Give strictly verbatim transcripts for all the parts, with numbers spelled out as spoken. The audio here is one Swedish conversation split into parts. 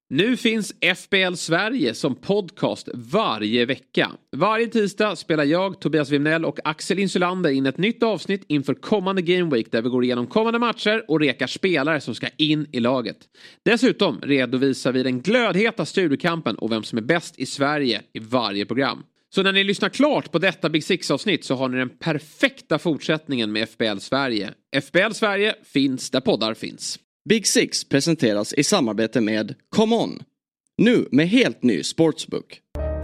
Nu finns F B L Sverige som podcast varje vecka. Varje tisdag spelar jag, Tobias Wimnell och Axel Insulander in ett nytt avsnitt inför kommande Game Week där vi går igenom kommande matcher och rekar spelare som ska in i laget. Dessutom redovisar vi den glödheta studiokampen och vem som är bäst i Sverige i varje program. Så när ni lyssnar klart på detta Big Six-avsnitt så har ni den perfekta fortsättningen med F B L Sverige. F B L Sverige finns där poddar finns. Big Six presenteras i samarbete med Come On. Nu med helt ny sportsbook.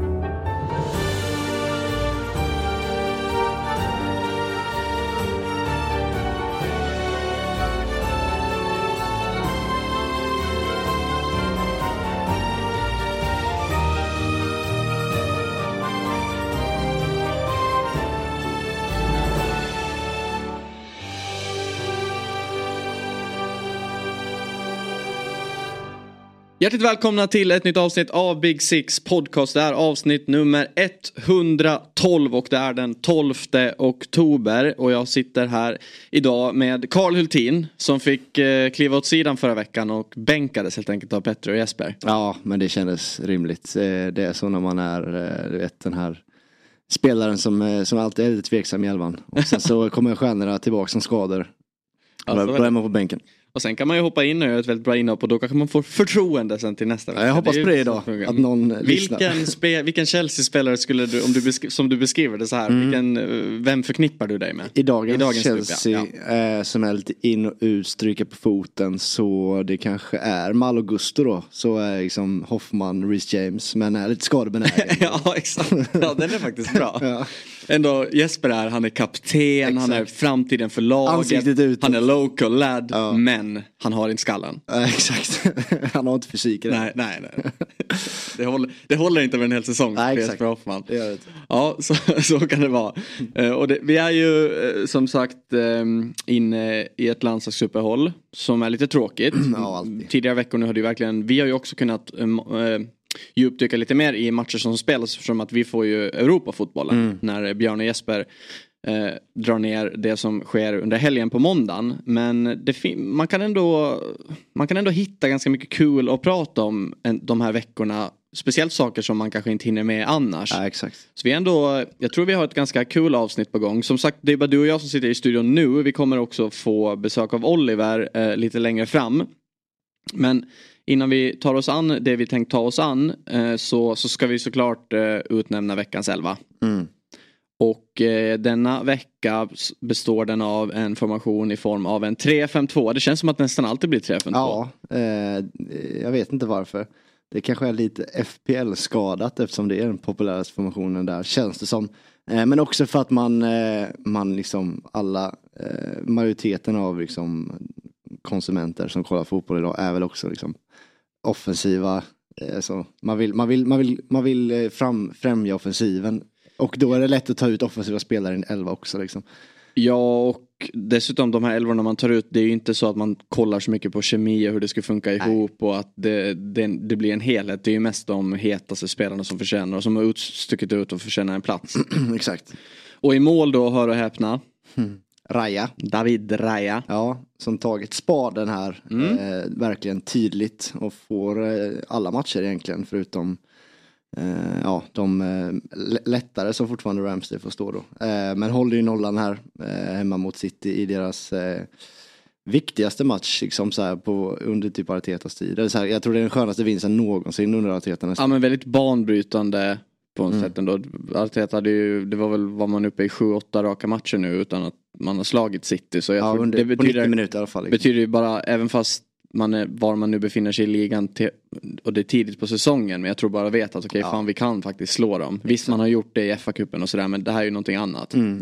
Hjärtligt välkomna till ett nytt avsnitt av Big Six podcast. Det är avsnitt nummer etthundratolv och det är den tolfte oktober. Och jag sitter här idag med Carl Hultin som fick eh, kliva åt sidan förra veckan och bänkades helt enkelt av Petter och Jesper. Ja, men det kändes rimligt. Det är så när man är, du vet, den här spelaren som, som alltid är lite tveksam i elvan. Och sen så kommer stjärnorna tillbaka som skador. Och då börjar man på bänken. Och sen kan man ju hoppa in och göra ett väldigt bra inhopp och då kanske man får förtroende sen till nästa vecka. Ja, jag hoppas på det idag. Att någon vilken, spe, vilken Chelsea-spelare skulle du, om du besk- som du beskriver det så här, mm. vilken, vem förknippar du dig med? I dagens, I dagens Chelsea ja. eh, som är lite in och ut, stryka på foten, så det kanske är Malo Gusto då. Så är liksom Hoffman, Reece James, men är lite skadebenägen. Ja, exakt. Ja, den är faktiskt bra. Ja. Ändå Jesper är, han är kapten, exakt. Han är framtiden för laget, han är local lad, ja. Men han har inte skallen. Ja, exakt. Han har inte fysiken. Nej, nej, nej. Det håller, det håller inte över en hel säsong. Nej, exakt. För Hoffman. Det gör det. Ja, så, så kan det vara. uh, och det, vi är ju uh, som sagt um, inne i ett landslagsuppehåll som är lite tråkigt. Ja, alltid. Tidigare veckor nu har det ju verkligen, vi har ju också kunnat um, uh, djupdyka lite mer i matcher som spelas, eftersom att vi får ju Europafotbollen mm. när Björn och Jesper eh, drar ner det som sker under helgen på måndagen. Men det fin- man kan ändå man kan ändå hitta ganska mycket kul att prata om en, de här veckorna, speciellt saker som man kanske inte hinner med annars. Ja, exakt. Så vi ändå, jag tror vi har ett ganska kul avsnitt på gång. Som sagt, det är bara du och jag som sitter i studion nu. Vi kommer också få besök av Oliver eh, lite längre fram. Men innan vi tar oss an det vi tänkt ta oss an eh, så, så ska vi såklart eh, utnämna veckans elva. Mm. Och eh, denna vecka består den av en formation i form av en tre fem två. Det känns som att nästan alltid blir tre fem två. Ja, eh, jag vet inte varför. Det kanske är lite F P L-skadat eftersom det är den populäraste formationen där, känns det som. Eh, men också för att man, eh, man liksom alla, eh, majoriteten av liksom konsumenter som kollar fotboll idag är väl också liksom offensiva, eh, så man vill man vill man vill man vill fram, främja offensiven, och då är det lätt att ta ut offensiva spelare i en elva också liksom. Ja, och dessutom de här elvorna man tar ut, det är ju inte så att man kollar så mycket på kemi och hur det ska funka ihop. Nej. Och att det, det, det blir en helhet. Det är ju mest de hetaste spelarna som förtjänar och som har utstuckit ut och förtjänar en plats. Exakt. Och i mål då, hör och häpna. Hmm. Raya. David Raya. Ja, som tagit spaden här. Mm. Eh, verkligen tydligt. Och får eh, alla matcher egentligen. Förutom eh, ja, de eh, lättare som fortfarande Ramsey får stå då. Eh, men håller ju nollan här. Eh, hemma mot City i deras eh, viktigaste match. Liksom så här på, under typ Artetas tid. Eller så här, jag tror det är den skönaste vinsten någonsin under Arteta nästan. Ja, men väldigt banbrytande på en mm. sätt ändå. Arteta hade ju, det var väl, var man uppe i sju åtta raka matcher nu utan att man har slagit City, så jag ja, tror under, det betyder, på nittio minuter i alla fall. Liksom. Betyder ju bara, även fast man är, var man nu befinner sig i ligan te, och det är tidigt på säsongen, men jag tror bara vet att okej, okay, ja. fan vi kan faktiskt slå dem. Visst, exakt. Man har gjort det i F A-cupen och sådär, men det här är ju någonting annat. Mm.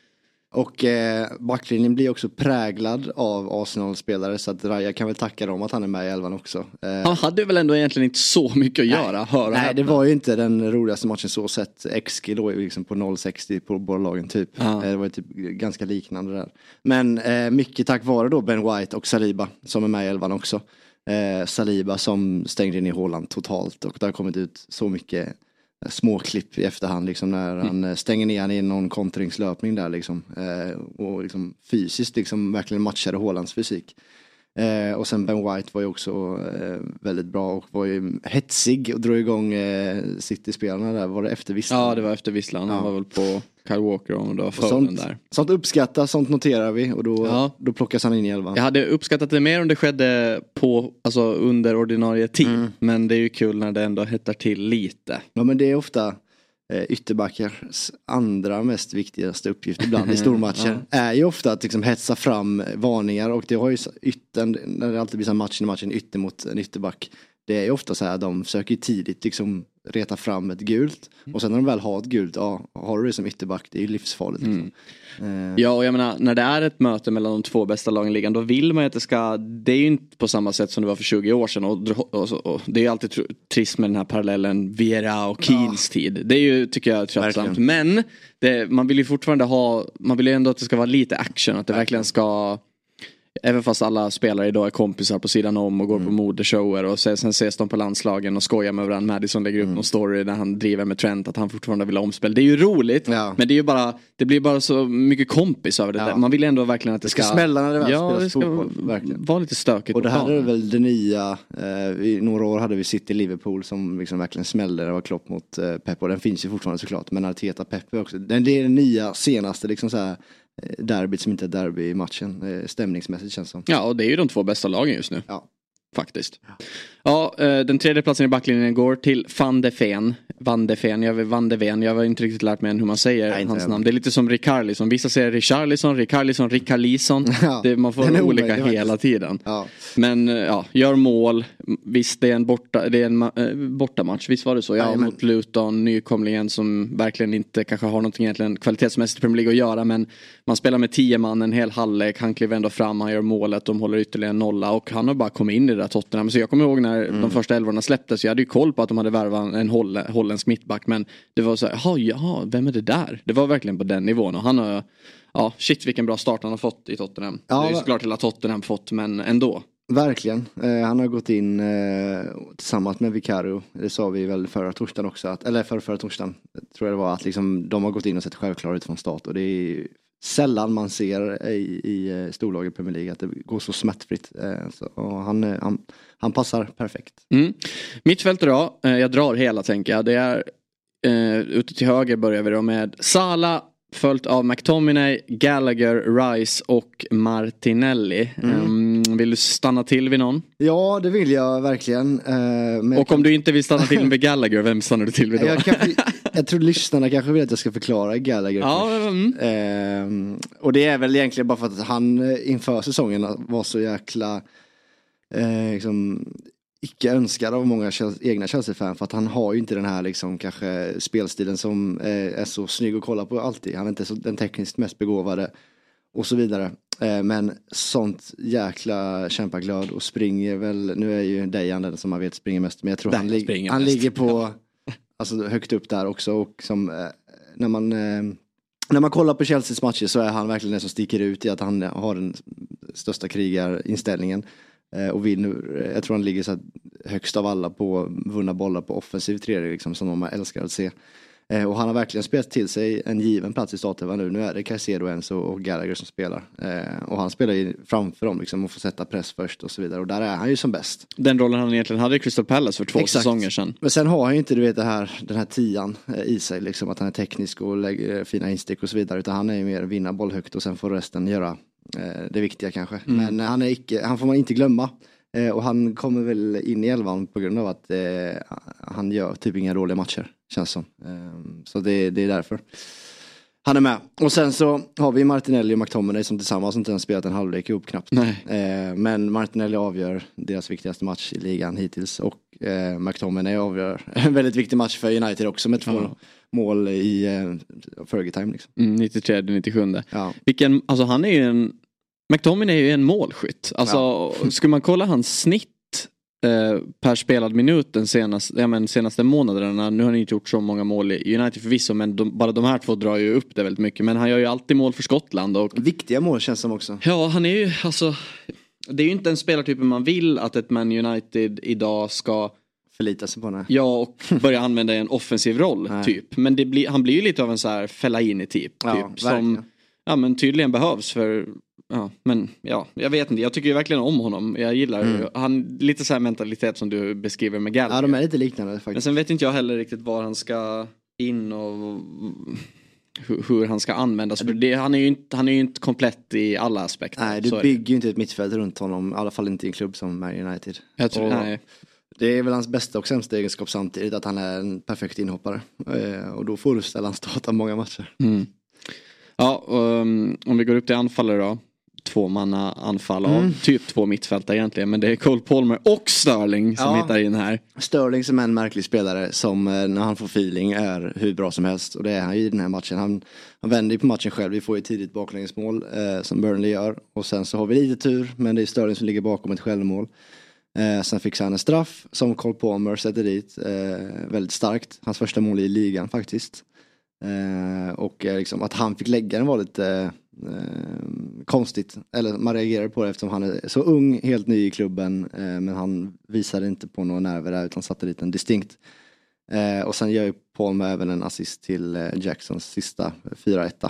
Och eh, backlinjen blir också präglad av Arsenal-spelare, så att Raya kan väl tacka dem att han är med i elvan också. Eh, han hade väl ändå egentligen inte så mycket att göra. Nej, höra nej det var ju inte den roligaste matchen så sett. X G låg liksom på noll komma sextio på båda lagen typ. Eh, det var ju typ ganska liknande där. Men eh, mycket tack vare då Ben White och Saliba som är med i elvan också. Eh, Saliba som stängde in i Haaland totalt, och det har kommit ut så mycket små klipp i efterhand liksom, när han mm. stänger ner han i någon kontringslöpning där liksom, eh, och liksom fysiskt liksom verkligen matchade Haalands fysik. Eh, och sen Ben White var ju också eh, väldigt bra och var ju hetsig och drog igång eh, City-spelarna där. Var det efter Visslan? Ja, det var efter Visslan. Han ja. var väl på Kyle Walker och då för sånt, den där. Sånt uppskattas, sånt noterar vi och då, ja. då plockas han in i elvan. Jag hade uppskattat det mer om det skedde på, alltså under ordinarie tid. Mm. Men det är ju kul när det ändå hettar till lite. Ja, men det är ofta ytterbackars andra mest viktigaste uppgift ibland i stormatcher ja. är ju ofta att liksom hetsa fram varningar och det har ju yttern, när det alltid blir så match i matchen ytter mot en ytterback, det är ju ofta så här de försöker tidigt liksom reta fram ett gult och sen när de väl har ett gult, ja, har du det som ytterback, det är ju livsfarligt liksom. Mm. Ja, och jag menar, när det är ett möte mellan de två bästa lagen i ligan, då vill man ju att det ska, det är ju inte på samma sätt som det var för tjugo år sedan och, och, och, och det är alltid tr- trist med den här parallellen Vieira och Keens ja. tid. Det är ju, tycker jag, tröttsamt. Men det, man vill ju fortfarande ha, man vill ju ändå att det ska vara lite action, att det verkligen, verkligen ska, även fast alla spelare idag är kompisar på sidan om och går mm. på modeshower och sen, sen ses de på landslagen och skojar med varandra. Madison lägger upp mm. någon story när han driver med Trent att han fortfarande vill ha omspel. Det är ju roligt, ja. men det är ju bara, det blir bara så mycket kompis över det ja. där. Man vill ändå verkligen att det ska, det ska smälla när det väl ja, spelas det ska fotboll. Verkligen. Vara lite stökigt. Och det här är väl det nya, eh, i några år hade vi City Liverpool som liksom verkligen smällde. Det var Klopp mot eh, Pep och den finns ju fortfarande såklart. Men Arteta Pep också. Den, det är den nya senaste liksom så här derbyt som inte är derby i matchen stämningsmässigt känns som. Ja, och det är ju de två bästa lagen just nu. Ja. Faktiskt. Ja, den tredje platsen i backlinjen går till Van de Ven. Van de Ven, jag, Van de Ven. Jag har inte riktigt lärt mig än hur man säger Nej, hans namn. Det är lite som Rikarlison. Vissa säger Richarlison, Rikarlison, Rikarlison. Ja, det, man får olika hela tiden. Ja. Men ja, gör mål. Visst, det är en borta, det är en äh, bortamatch. Visst var det så? Ja, ja men... mot Luton, nykomlingen som verkligen inte kanske har någonting egentligen kvalitetsmässigt i Premier League att göra. Men man spelar med tio man, en hel halvlek. Han kliver ändå fram, han gör målet. De håller ytterligare en nolla. Och han har bara kommit in i det där Tottenham. Så jag kommer ihåg när mm. de första elvorna släpptes. Jag hade ju koll på att de hade värvat en holl, holländsk mittback. Men det var så här, jaha, ja, vem är det där? Det var verkligen på den nivån. Och han har, ja, shit vilken bra start han har fått i Tottenham. Ja, det är ju såklart hela Tottenham fått, men ändå. Verkligen. Eh, han har gått in eh, tillsammans med Vicario. Det sa vi väl förra torsdagen också. Att, eller förra, förra torsdagen tror jag det var. Att liksom, de har gått in och sett självklara ut från start. Och det är sällan man ser i, i storlag i Premier League att det går så smärtfritt. Eh, så, och han, han, han passar perfekt. Mm. Mittfältet då, eh, jag drar hela tänker jag. Det är eh, ute till höger börjar vi då med Salah, följt av McTominay, Gallagher, Rice och Martinelli. Mm. Um, vill du stanna till vid någon? Ja, det vill jag verkligen. Uh, men och kan... om du inte vill stanna till med Gallagher, vem stannar du till vid då? Jag, kan... jag tror lyssnarna kanske vill att jag ska förklara Gallagher ja, först. Mm. Uh, och det är väl egentligen bara för att han inför säsongen var så jäkla uh, liksom, icke önskad av många egna Chelsea-fan, för att han har ju inte den här liksom kanske spelstilen som eh, är så snygg att kolla på alltid. Han är inte så den tekniskt mest begåvade och så vidare. Eh, men sånt jäkla kämpaglöd och springer väl, nu är ju Dejan den som man vet springer mest, men jag tror där han, li- han ligger på alltså, högt upp där också, och som eh, när man eh, när man kollar på Chelseas matcher så är han verkligen den som sticker ut i att han har den största krigarinställningen. Och vill nu, jag tror han ligger så här högst av alla på vunna bollar på offensiv tredje liksom, som man älskar att se. Eh, och han har verkligen spelat till sig en given plats i startelvan nu. Nu är det Caicedo, Enzo och Gallagher som spelar. Eh, och han spelar ju framför dem liksom, och får sätta press först och så vidare. Och där är han ju som bäst. Den rollen han egentligen hade i Crystal Palace för två Exakt. säsonger sedan. Men sen har han ju inte, du vet, det här, den här tian eh, i sig. Liksom, att han är teknisk och lägger eh, fina instick och så vidare. Utan han är ju mer vinna boll högt och sen får resten göra eh, det viktiga kanske. Mm. Men eh, han, är icke, han får man inte glömma. Eh, och han kommer väl in i elvan på grund av att eh, han gör typ inga dåliga matcher, känns som. Eh, så det, det är därför han är med. Och sen så har vi Martinelli och McTominay som tillsammans inte ens spelat en halvlek ihop knappt. Eh, men Martinelli avgör deras viktigaste match i ligan hittills. Och eh, McTominay avgör en väldigt viktig match för United också med två ja. mål i eh, Fergie time. Liksom. Mm, nittiotre nittiosju. Ja. Vilken, alltså han är ju en McTominay är ju en målskytt. Alltså, ja. Skulle man kolla hans snitt eh, per spelad minut den senaste, ja, men senaste månaderna, nu har han inte gjort så många mål i United förvisso, men de, bara de här två drar ju upp det väldigt mycket. Men han gör ju alltid mål för Skottland. Och, viktiga mål känns som också. Ja, han är ju, alltså, det är ju inte en spelartypen man vill att ett Man United idag ska förlita sig på den. Ja, och börja använda en offensiv roll, typ. Men det blir, han blir ju lite av en så här Fellaini typ, ja, typ som ja, men tydligen behövs för ja, men ja, jag vet inte. Jag tycker ju verkligen om honom. Jag gillar mm. han lite så här mentalitet som du beskriver med Gallagher. Ja, de är lite liknande faktiskt. Men sen vet inte jag heller riktigt var han ska in och hur, hur han ska användas. För det, han är ju inte, han är ju inte komplett i alla aspekter. Nej, du bygger ju inte ett mittfält runt honom. I alla fall inte i en klubb som Man United. Jag tror, och nej. Det är väl hans bästa och sämsta egenskap samtidigt, att han är en perfekt inhoppare. Eh, och då får du ställa starta många matcher. Mm. Ja, um, om vi går upp till anfallare då. Två manna anfall av mm. typ två mittfältare egentligen. Men det är Cole Palmer och Sterling som ja. hittar in här. Sterling som är en märklig spelare som när han får feeling är hur bra som helst. Och det är han i den här matchen. Han, han vänder ju på matchen själv. Vi får ju tidigt baklängesmål eh, som Burnley gör. Och sen så har vi lite tur, men det är Sterling som ligger bakom ett självmål. Eh, sen fixar han en straff som Cole Palmer sätter dit. Eh, väldigt starkt. Hans första mål i ligan faktiskt. Eh, och eh, liksom, att han fick lägga den var lite eh, konstigt. Eller man reagerar på det eftersom han är så ung, helt ny i klubben. Eh, men han visade inte på några nerver där utan satte dit en distinkt. Eh, och sen gör ju Palmer även en assist till eh, Jacksons sista fyra ett.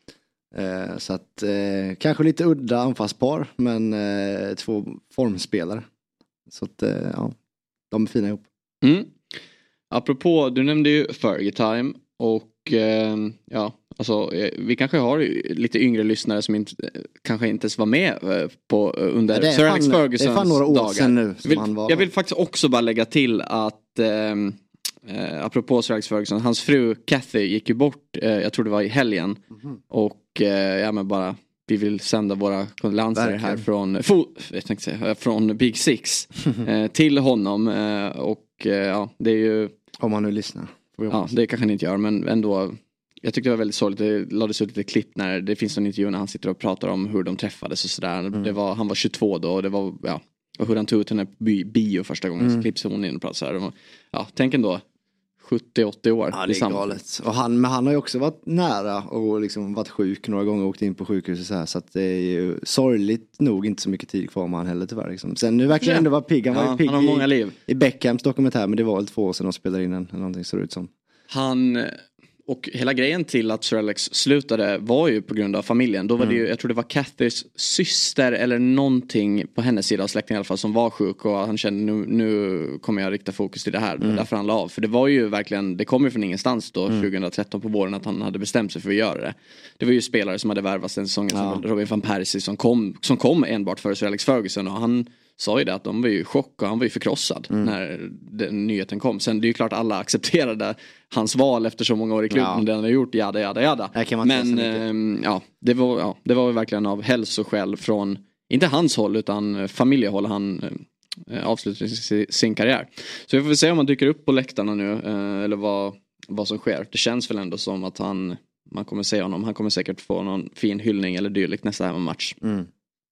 Eh, så att eh, kanske lite udda anfallspar, men eh, två formspelare. Så att eh, ja, de är fina ihop. Mm. Apropå, du nämnde ju Fergie Time. Och eh, ja, alltså vi kanske har lite yngre lyssnare som inte, kanske inte ens var med på under ja, Sir Alex Fergusons dagar. Det är fan några år sedan nu som vill, han var. Jag vill faktiskt också bara lägga till att eh, apropå Sir Alex Ferguson, hans fru Kathy gick ju bort, eh, jag tror det var i helgen. Mm-hmm. Och eh, ja men bara vi vill sända våra kondolenser här från fo- jag tänkte säga, från Big Six eh, till honom eh, och eh, ja, det är ju om han nu lyssnar. Ja, det kanske han inte gör, men ändå jag tyckte det var väldigt sorgligt. Det lades ut lite klipp när det finns en intervju när han sitter och pratar om hur de träffades och sådär. Mm. Det var, han var tjugotvå då och det var, ja, och hur han tog ut henne på bio första gången. Mm. Så klipps hon in och pratar så här. Ja, tänk ändå sjuttio åttio år. Ja, det är galet. Och han, men han har ju också varit nära och liksom varit sjuk några gånger och åkt in på sjukhuset så här. Så att det är ju sorgligt nog inte så mycket tid kvar med han heller tyvärr. Liksom. Sen nu verkar det ändå vara pigg. Han ja, var ju pigg han har många liv. I, i Beckhams dokumentär, men det var väl två år sedan de spelade in en, eller någonting ser det ut som. Han... Och hela grejen till att Sir Alex slutade var ju på grund av familjen. Då var mm. det ju, jag tror det var Cathys syster eller någonting på hennes sida av släkten i alla fall som var sjuk. Och han kände nu, nu kommer jag rikta fokus till det här. Mm. Därför han la av. För det var ju verkligen, det kom ju från ingenstans då mm. tjugohundratretton på våren att han hade bestämt sig för att göra det. Det var ju spelare som hade värvats den säsongen ja. som Robin van Persie som kom, som kom enbart för Sir Alex Ferguson. Och han sa ju det att de var ju i chock och han var ju förkrossad mm. när den nyheten kom. Sen det är ju klart alla accepterade hans val efter så många år i klubben ja. det han har gjort, jada jada jada. Men eh, ja, det var, ja, det var verkligen av hälsoskäl från, inte hans håll utan familjehåll han eh, avslutade sin, sin karriär. Så vi får se om han dyker upp på läktarna nu eh, eller vad, vad som sker. Det känns väl ändå som att han, man kommer se honom, han kommer säkert få någon fin hyllning eller dylikt nästa här match. Mm.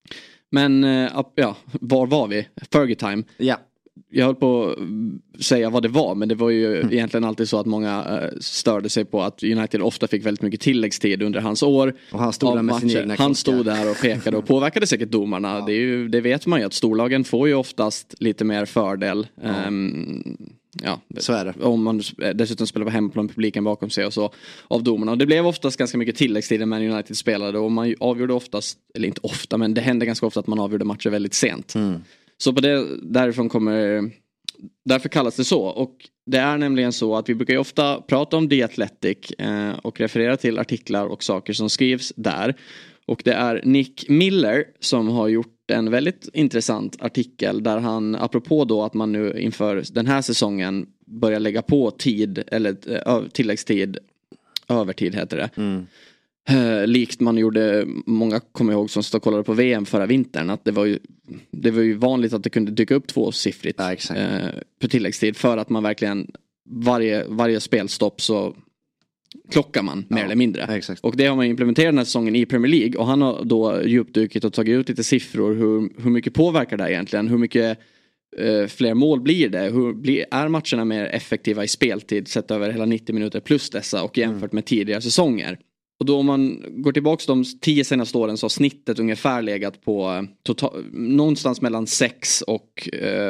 Men ja, var var vi? Fergie time. Ja. Jag höll på att säga vad det var, men det var ju mm. egentligen alltid så att många störde sig på att United ofta fick väldigt mycket tilläggstid under hans år. Och han stod där med sin egna Han stod där och pekade och påverkade säkert domarna. Ja. Det, är ju, det vet man ju att storlagen får ju oftast lite mer fördel. Ja. Um, ja, så är det. Om man dessutom spelar på hemmaplan, publiken bakom sig och så av domarna. Och det blev oftast ganska mycket tilläggstid när Man United spelade och man avgjorde oftast, eller inte ofta, men det hände ganska ofta att man avgjorde matcher väldigt sent. Mm. Så på det, därifrån kommer, därför kallas det så. Och det är nämligen så att vi brukar ju ofta prata om The Athletic eh, och referera till artiklar och saker som skrivs där. Och det är Nick Miller som har gjort en väldigt intressant artikel där han, apropå då att man nu inför den här säsongen börjar lägga på tid, eller ö, tilläggstid, övertid heter det. Mm. Uh, likt man gjorde, många kommer ihåg som stod och kollade på V M förra vintern, att det var ju, det var ju vanligt att det kunde dyka upp tvåsiffrigt ja, exakt. uh, på tilläggstid för att man verkligen varje, varje spelstopp så klockar man mer ja, eller mindre. Exakt. Och det har man implementerat den här säsongen i Premier League och han har då djupdykt och tagit ut lite siffror hur, hur mycket påverkar det egentligen, hur mycket uh, fler mål blir det, hur blir, är matcherna mer effektiva i speltid sett över hela nittio minuter plus dessa och jämfört mm. med tidigare säsonger. Och då om man går tillbaka de tio senaste åren så har snittet ungefär legat på total, någonstans mellan sex och eh,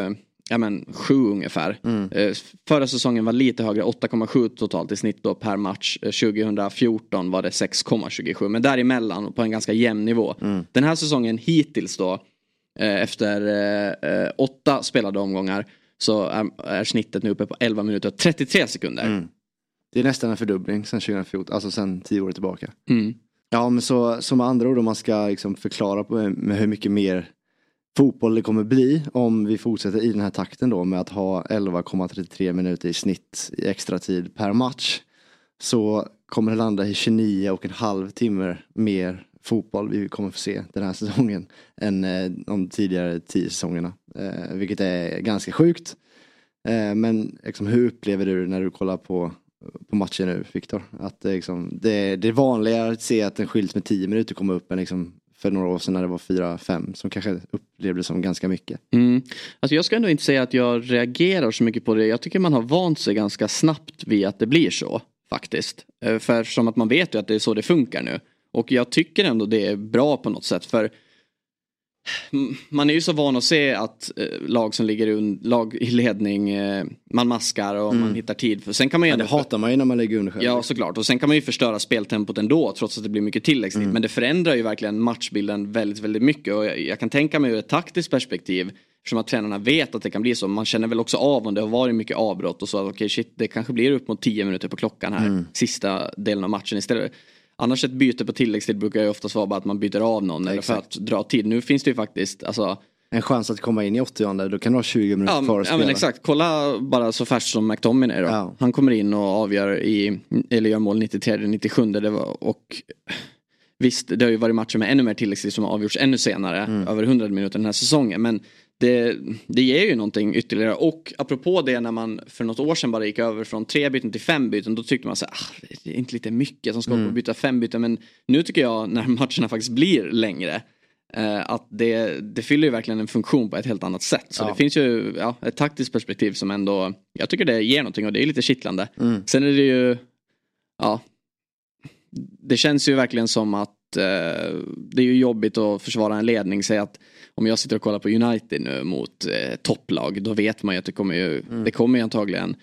ja men sju ungefär. Mm. Eh, förra säsongen var lite högre, åtta komma sju totalt i snitt då per match. Eh, tjugohundrafjorton var det sex komma tjugosju, men däremellan på en ganska jämn nivå. Mm. Den här säsongen hittills då, eh, efter eh, åtta spelade omgångar, så är, är snittet nu uppe på elva minuter och trettiotre sekunder. Mm. Det är nästan en fördubbling sen tjugohundrafjorton, alltså sen tio år tillbaka. Mm. Ja, men så, så med andra ord, om man ska liksom förklara på, med hur mycket mer fotboll det kommer bli om vi fortsätter i den här takten då med att ha elva komma trettiotre minuter i snitt i extra tid per match, så kommer det landa i tjugonio och en halv timme mer fotboll vi kommer få se den här säsongen än eh, de tidigare tio säsongerna, eh, vilket är ganska sjukt. Eh, men liksom, hur upplever du när du kollar på på matchen nu, Viktor? Att det, liksom, det, det är vanligare att se att en skilt med tio minuter kommer upp än liksom för några år sedan när det var fyra fem, som kanske upplevde som ganska mycket. Mm. Alltså jag ska ändå inte säga att jag reagerar så mycket på det. Jag tycker man har vant sig ganska snabbt vid att det blir så, faktiskt. För som att man vet ju att det är så det funkar nu. Och jag tycker ändå det är bra på något sätt, för man är ju så van att se att eh, lag som ligger under, lag i ledning, eh, man maskar och mm. man hittar tid. För sen kan man ju ändå, ja, det hatar man ju när man ligger under själv. Ja, såklart. Och sen kan man ju förstöra speltempot ändå, trots att det blir mycket tilläggstid. Mm. Men det förändrar ju verkligen matchbilden väldigt, väldigt mycket. Och jag, jag kan tänka mig ur ett taktiskt perspektiv, eftersom att tränarna vet att det kan bli så. Man känner väl också av om det har varit mycket avbrott och så. Okej, okay, shit, det kanske blir upp mot tio minuter på klockan här. Mm. Sista delen av matchen istället. Annars ett byte på tilläggstid brukar ju oftast vara bara att man byter av någon, eller för att dra tid. Nu finns det ju faktiskt alltså, en chans att komma in i åttionde, då kan du ha tjugo minuter ja, kvar att ja, spela. men exakt, kolla bara så färskt som McTominay då. Ja. Han kommer in och avgör i, eller gör mål nittiotre nittiosju, det var, och visst, det har ju varit matcher med ännu mer tilläggstid som har avgjorts ännu senare, mm. över hundra minuter den här säsongen, men det, det ger ju någonting ytterligare. Och apropå det, när man för något år sedan bara gick över från tre byten till fem byten, då tyckte man så här, ah, det är inte lite mycket som ska mm. byta fem byten. Men nu tycker jag, när matcherna faktiskt blir längre, eh, att det, det fyller ju verkligen en funktion på ett helt annat sätt. Så ja. Det finns ju ja, ett taktiskt perspektiv som ändå, jag tycker det ger någonting, och det är lite kittlande. Mm. Sen är det ju, ja, det känns ju verkligen som att eh, det är ju jobbigt att försvara en ledning. Säg att om jag sitter och kollar på United nu mot eh, topplag, då vet man ju att det kommer ju, mm. det kommer ju antagligen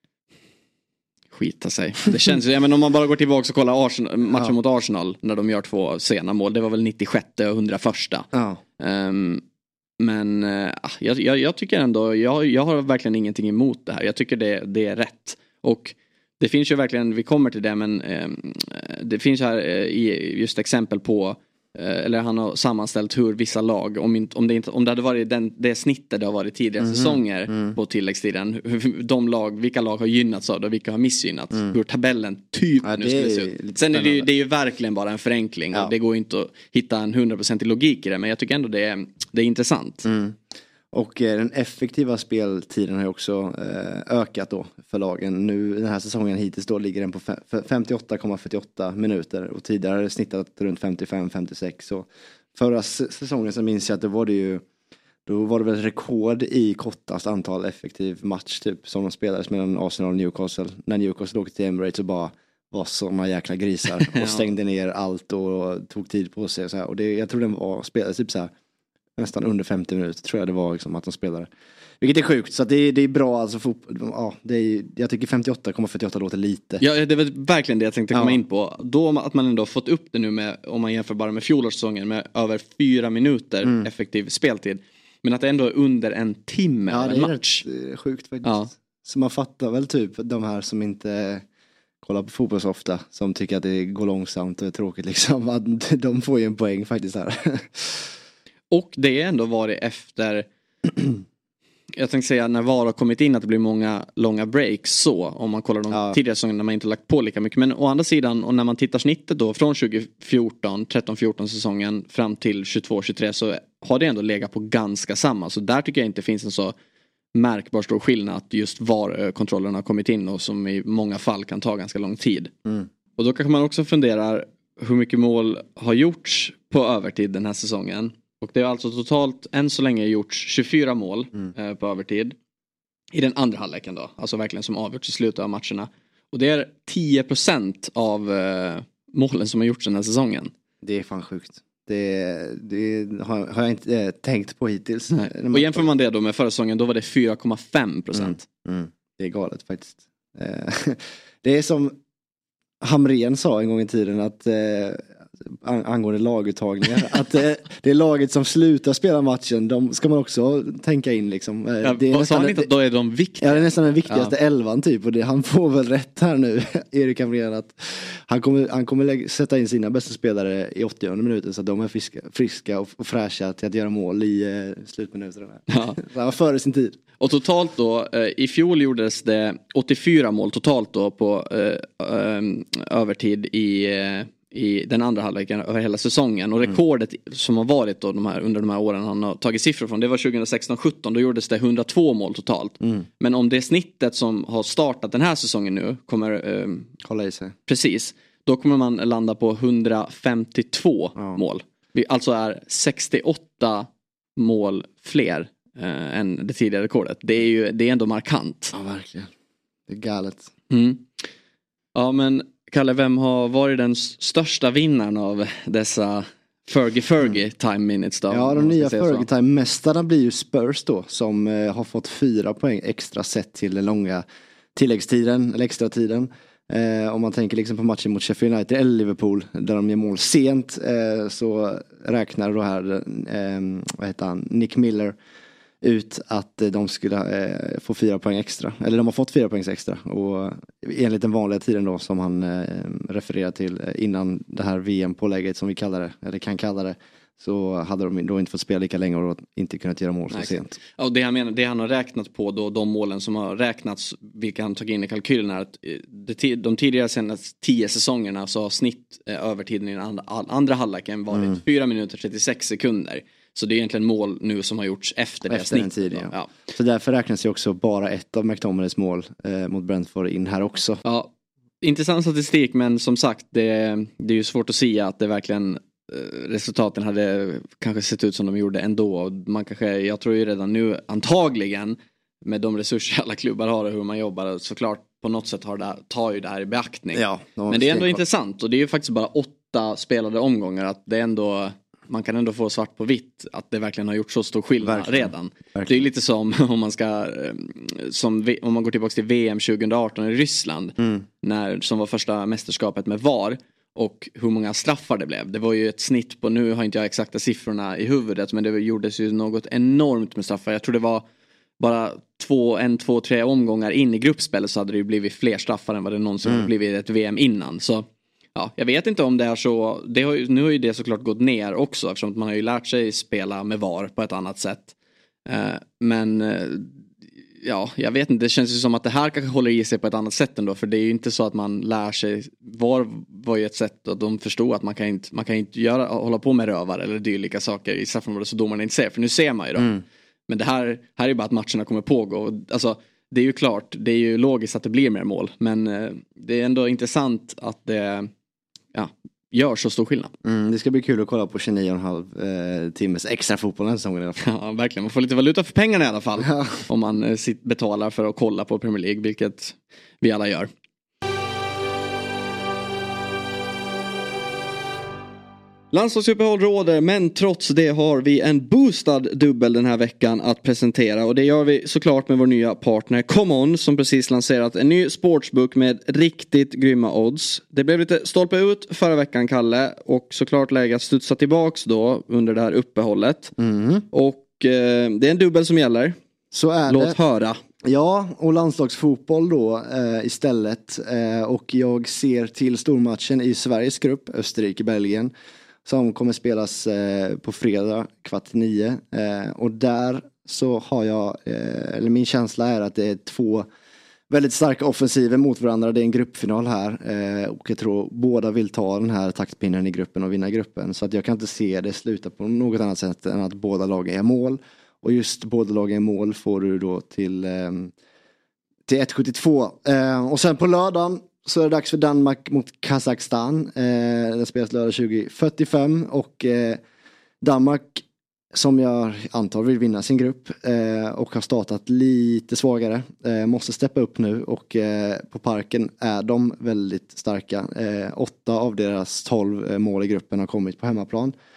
skita sig. Det känns ju, men om man bara går tillbaka och kollar Arsenal, matchen ja. mot Arsenal när de gör två sena mål, det var väl nittiosju och hundraförst. Ja. Um, men uh, jag, jag, jag tycker ändå, jag, jag har verkligen ingenting emot det här. Jag tycker det, det är rätt. Och det finns ju verkligen, vi kommer till det, men eh, det finns här eh, just exempel på, eh, eller han har sammanställt hur vissa lag, om, inte, om, det, inte, om det hade varit den, det snittet det har varit tidigare mm-hmm. säsonger mm. på tilläggstiden, hur, de lag, vilka lag har gynnats av det och vilka har missgynnats, mm. hur tabellen typ ja, nu skulle se ut. Sen är det, ju, det är ju verkligen bara en förenkling, ja. och det går inte att hitta en hundra procent logik i det, men jag tycker ändå det är, det är intressant. Mm. Och eh, den effektiva speltiden har ju också eh, ökat då för lagen. Nu den här säsongen hittills då ligger den på femtioåtta komma fyrtioåtta minuter. Och tidigare har det snittat runt femtiofem femtiosex. Så förra säsongen så minns jag att det var det ju, då var det väl rekord i kortast antal effektiv match typ som de spelades mellan Arsenal och Newcastle. När Newcastle åkte till Emirates och bara var såna jäkla grisar och stängde ner allt och tog tid på sig. Och, så här. Och det, jag tror den var spelades typ så här nästan under femtio minuter tror jag det var liksom, att de spelade. Vilket är sjukt, så att det, är, det är bra alltså, för, ja, det är, jag tycker femtioåtta komma fyrtioåtta låter lite. Ja, det var verkligen det jag tänkte komma ja. in på. Då att man ändå fått upp det nu med, om man jämför bara med fjolårssäsongen, med över fyra minuter mm. effektiv speltid. Men att det ändå är under en timme ja, en det är match. Rätt sjukt faktiskt. Ja. Så man fattar väl typ de här som inte kollar på fotboll så ofta, som tycker att det går långsamt och är tråkigt liksom, att de får ju en poäng faktiskt här. Och det är ändå varit efter, jag tänkte säga när V A R har kommit in, att det blir många långa breaks så, om man kollar de ja. tidigare säsongerna när man inte lagt på lika mycket. Men å andra sidan, och när man tittar snittet då från tjugofjorton, tretton fjorton säsongen fram till tjugotvå tjugotre, så har det ändå legat på ganska samma. Så där tycker jag inte finns en så märkbar stor skillnad att just V A R-kontrollen har kommit in, och som i många fall kan ta ganska lång tid. Mm. Och då kanske man också funderar hur mycket mål har gjorts på övertid den här säsongen. Och det har alltså totalt än så länge gjorts tjugofyra mål mm. eh, på övertid. I den andra halvleken då. Alltså verkligen som avgjorts i slutet av matcherna. Och det är tio procent av eh, målen som har gjorts den här säsongen. Det är fan sjukt. Det, det har, har jag inte eh, tänkt på hittills. Nej. Och jämför man det då med förra säsongen, då var det fyra komma fem procent. Mm, mm. Det är galet faktiskt. Eh, det är som Hamrén sa en gång i tiden att eh, angående laguttagningar att eh, det är laget som slutar spela matchen, de ska man också tänka in liksom. Eh, ja, det är nästan, sa inte att då är de viktiga? Ja, det är nästan den viktigaste ja. elvan typ, och det, han får väl rätt här nu, Erik Hamrén, att han kommer, han kommer lägga, sätta in sina bästa spelare i åttionde minuten så att de är friska, friska och, och fräscha till att göra mål i eh, slutminuterna. Ja. Han var före sin tid. Och totalt då, eh, i fjol gjordes det åttiofyra mål totalt då på eh, eh, övertid i, eh, i den andra halvleken över hela säsongen. Och rekordet mm. som har varit då de här, under de här åren han har tagit siffror från, det var tjugohundrasexton sjutton, då gjordes det hundratvå mål totalt. Mm. Men om det snittet som har startat den här säsongen nu kommer... Eh, hålla i sig. Precis, då kommer man landa på hundrafemtiotvå ja. mål. Vi alltså är sextioåtta mål fler Uh, än det tidigare rekordet. Det är ju det är ändå markant. Ja, verkligen. Det är galet. Mm. Ja, men Kalle, vem har varit den största vinnaren av dessa Fergie Fergie mm. time minutes då? Ja, de nya Fergie time mästarna blir ju Spurs då, som uh, har fått fyra poäng extra sett till den långa tilläggstiden eller extra tiden. Uh, om man tänker liksom på matchen mot Sheffield United eller Liverpool där de gör mål sent, uh, så räknar då här uh, vad heter han? Nick Miller ut att de skulle eh, få fyra poäng extra. Eller de har fått fyra poäng extra. Och enligt den vanliga tiden då som han eh, refererar till innan det här V M-pålägget som vi kallar det, eller kan kalla det, så hade de då inte fått spela lika länge och inte kunnat göra mål så Nej, sent. Ja, och det han menar, det han har räknat på då, de målen som har räknats, vilka han tagit in i kalkylen, är att det, de tidigare senaste tio säsongerna så har snitt eh, övertiden i den andra, andra halvleken varit mm. fyra minuter trettiosex sekunder. Så det är egentligen mål nu som har gjorts efter, efter det snittet. Ja. Ja. Så därför räknas ju också bara ett av McTominays mål eh, mot Brentford in här också. Ja, intressant statistik, men som sagt det, det är ju svårt att säga att det verkligen eh, resultaten hade kanske sett ut som de gjorde ändå. Man kanske, jag tror ju redan nu antagligen med de resurser alla klubbar har och hur man jobbar, såklart på något sätt har det, tar ju det här i beaktning. Ja, men det är ändå intressant, och det är ju faktiskt bara åtta spelade omgångar, att det är ändå... Man kan ändå få svart på vitt att det verkligen har gjort så stor skillnad verkligen. redan. Verkligen. Det är lite som om man ska som om man går tillbaka till V M tjugo arton i Ryssland mm. när, som var första mästerskapet med V A R, och hur många straffar det blev. Det var ju ett snitt på, nu har inte jag exakta siffrorna i huvudet, men det gjordes ju något enormt med straffar. Jag tror det var bara två, en, två, tre omgångar in i gruppspelet så hade det ju blivit fler straffar än vad det någonsin mm. blivit ett V M innan. Så ja, jag vet inte om det är så. Det har ju, nu har ju det såklart gått ner också, eftersom man har ju lärt sig spela med V A R på ett annat sätt. Eh, men eh, ja, jag vet inte. Det känns ju som att det här kanske håller i sig på ett annat sätt ändå. För det är ju inte så att man lär sig. V A R var ju ett sätt att de förstod att man kan inte, man kan inte göra, hålla på med rövar eller dylika saker i straffområdet så domarna inte ser. För nu ser man ju dem. Mm. Men det här, här är ju bara att matcherna kommer pågå. Alltså, det är ju klart, det är ju logiskt att det blir mer mål. Men eh, det är ändå intressant att det... Ja, gör så stor skillnad. Mm, det ska bli kul att kolla på tjugonio och en halv eh, timmes extra fotboll den säsongen i alla fall. Ja, verkligen. Man får lite valuta för pengarna i alla fall. Ja. Om man eh, sitt, betalar för att kolla på Premier League, vilket vi alla gör. Landslagsuppehåll råder, men trots det har vi en boostad dubbel den här veckan att presentera, och det gör vi såklart med vår nya partner ComeOn, som precis lanserat en ny sportsbook med riktigt grymma odds. Det blev lite stolpe ut förra veckan, Kalle, och såklart läge att studsa tillbaks då under det här uppehållet. Mm. Och eh, det är en dubbel som gäller. Så är Låt det. höra. Ja, och landslagsfotboll då eh, istället. Eh, och jag ser till stormatchen i Sveriges grupp, Österrike-Belgien, som kommer spelas eh, på fredag kvart nio. Eh, och där så har jag, eh, eller min känsla är att det är två väldigt starka offensiver mot varandra. Det är en gruppfinal här. Eh, och jag tror båda vill ta den här taktpinnen i gruppen och vinna gruppen. Så att jag kan inte se det sluta på något annat sätt än att båda lagen är mål. Och just båda lagen är mål får du då till, eh, till ett komma sjuttiotvå. Eh, och sen på lördagen så är det dags för Danmark mot Kazakstan. Eh, den spelas lördag tjugo fyrtiofem. Och eh, Danmark, som jag antar vill vinna sin grupp eh, och har startat lite svagare, eh, måste steppa upp nu. Och eh, på Parken är de väldigt starka. Eh, åtta av deras tolv eh, mål i gruppen har kommit på hemmaplan.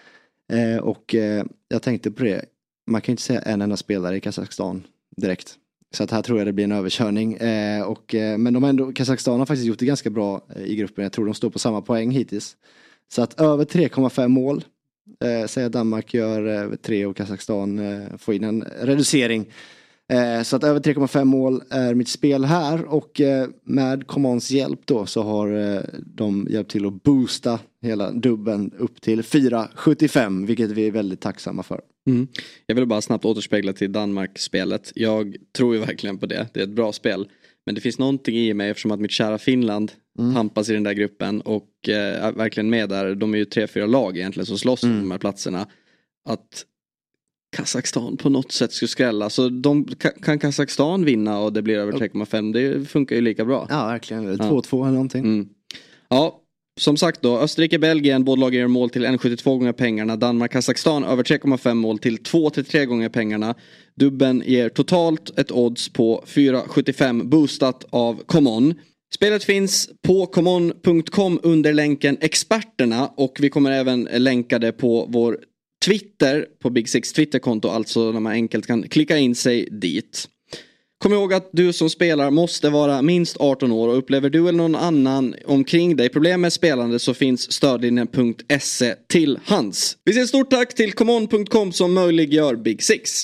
Eh, och eh, jag tänkte på det. Man kan inte säga en enda spelare i Kazakstan direkt. Så att här tror jag det blir en överkörning. Eh, och, eh, men de har ändå, Kazakstan har faktiskt gjort det ganska bra eh, i gruppen. Jag tror de står på samma poäng hittills. Så att över tre komma fem mål. Eh, säger Danmark gör eh, tre och Kazakstan eh, får in en reducering. Eh, så att över tre komma fem mål är mitt spel här. Och eh, med Comons hjälp då så har eh, de hjälpt till att boosta hela dubben upp till fyra komma sjuttiofem. Vilket vi är väldigt tacksamma för. Mm. Jag vill bara snabbt återspegla till Danmark-spelet. Jag tror ju verkligen på det. Det är ett bra spel. Men det finns någonting i mig eftersom att mitt kära Finland mm. tampas i den där gruppen. Och eh, är verkligen med där. De är ju tre, fyra lag egentligen som slåss mm. om de här platserna. Att Kazakstan på något sätt skulle skrälla. Så de, kan Kazakstan vinna och det blir över tre komma fem. Det funkar ju lika bra. Ja, verkligen. två två eller någonting. Mm. Ja. Som sagt då, Österrike-Belgien, båda lag ger mål till en komma sjuttiotvå gånger pengarna. Danmark-Kazakstan över tre komma fem mål till två komma trettiotre gånger pengarna. Dubben ger totalt ett odds på fyra komma sjuttiofem boostat av Common. Spelet finns på common punkt com under länken experterna. Och vi kommer även länka det på vår Twitter, på Big Six Twitterkonto. Alltså när man enkelt kan klicka in sig dit. Kom ihåg att du som spelar måste vara minst arton år och upplever du eller någon annan omkring dig problem med spelande så finns stödlinjen punkt se till hands. Vi säger stort tack till common punkt com som möjliggör Big Six.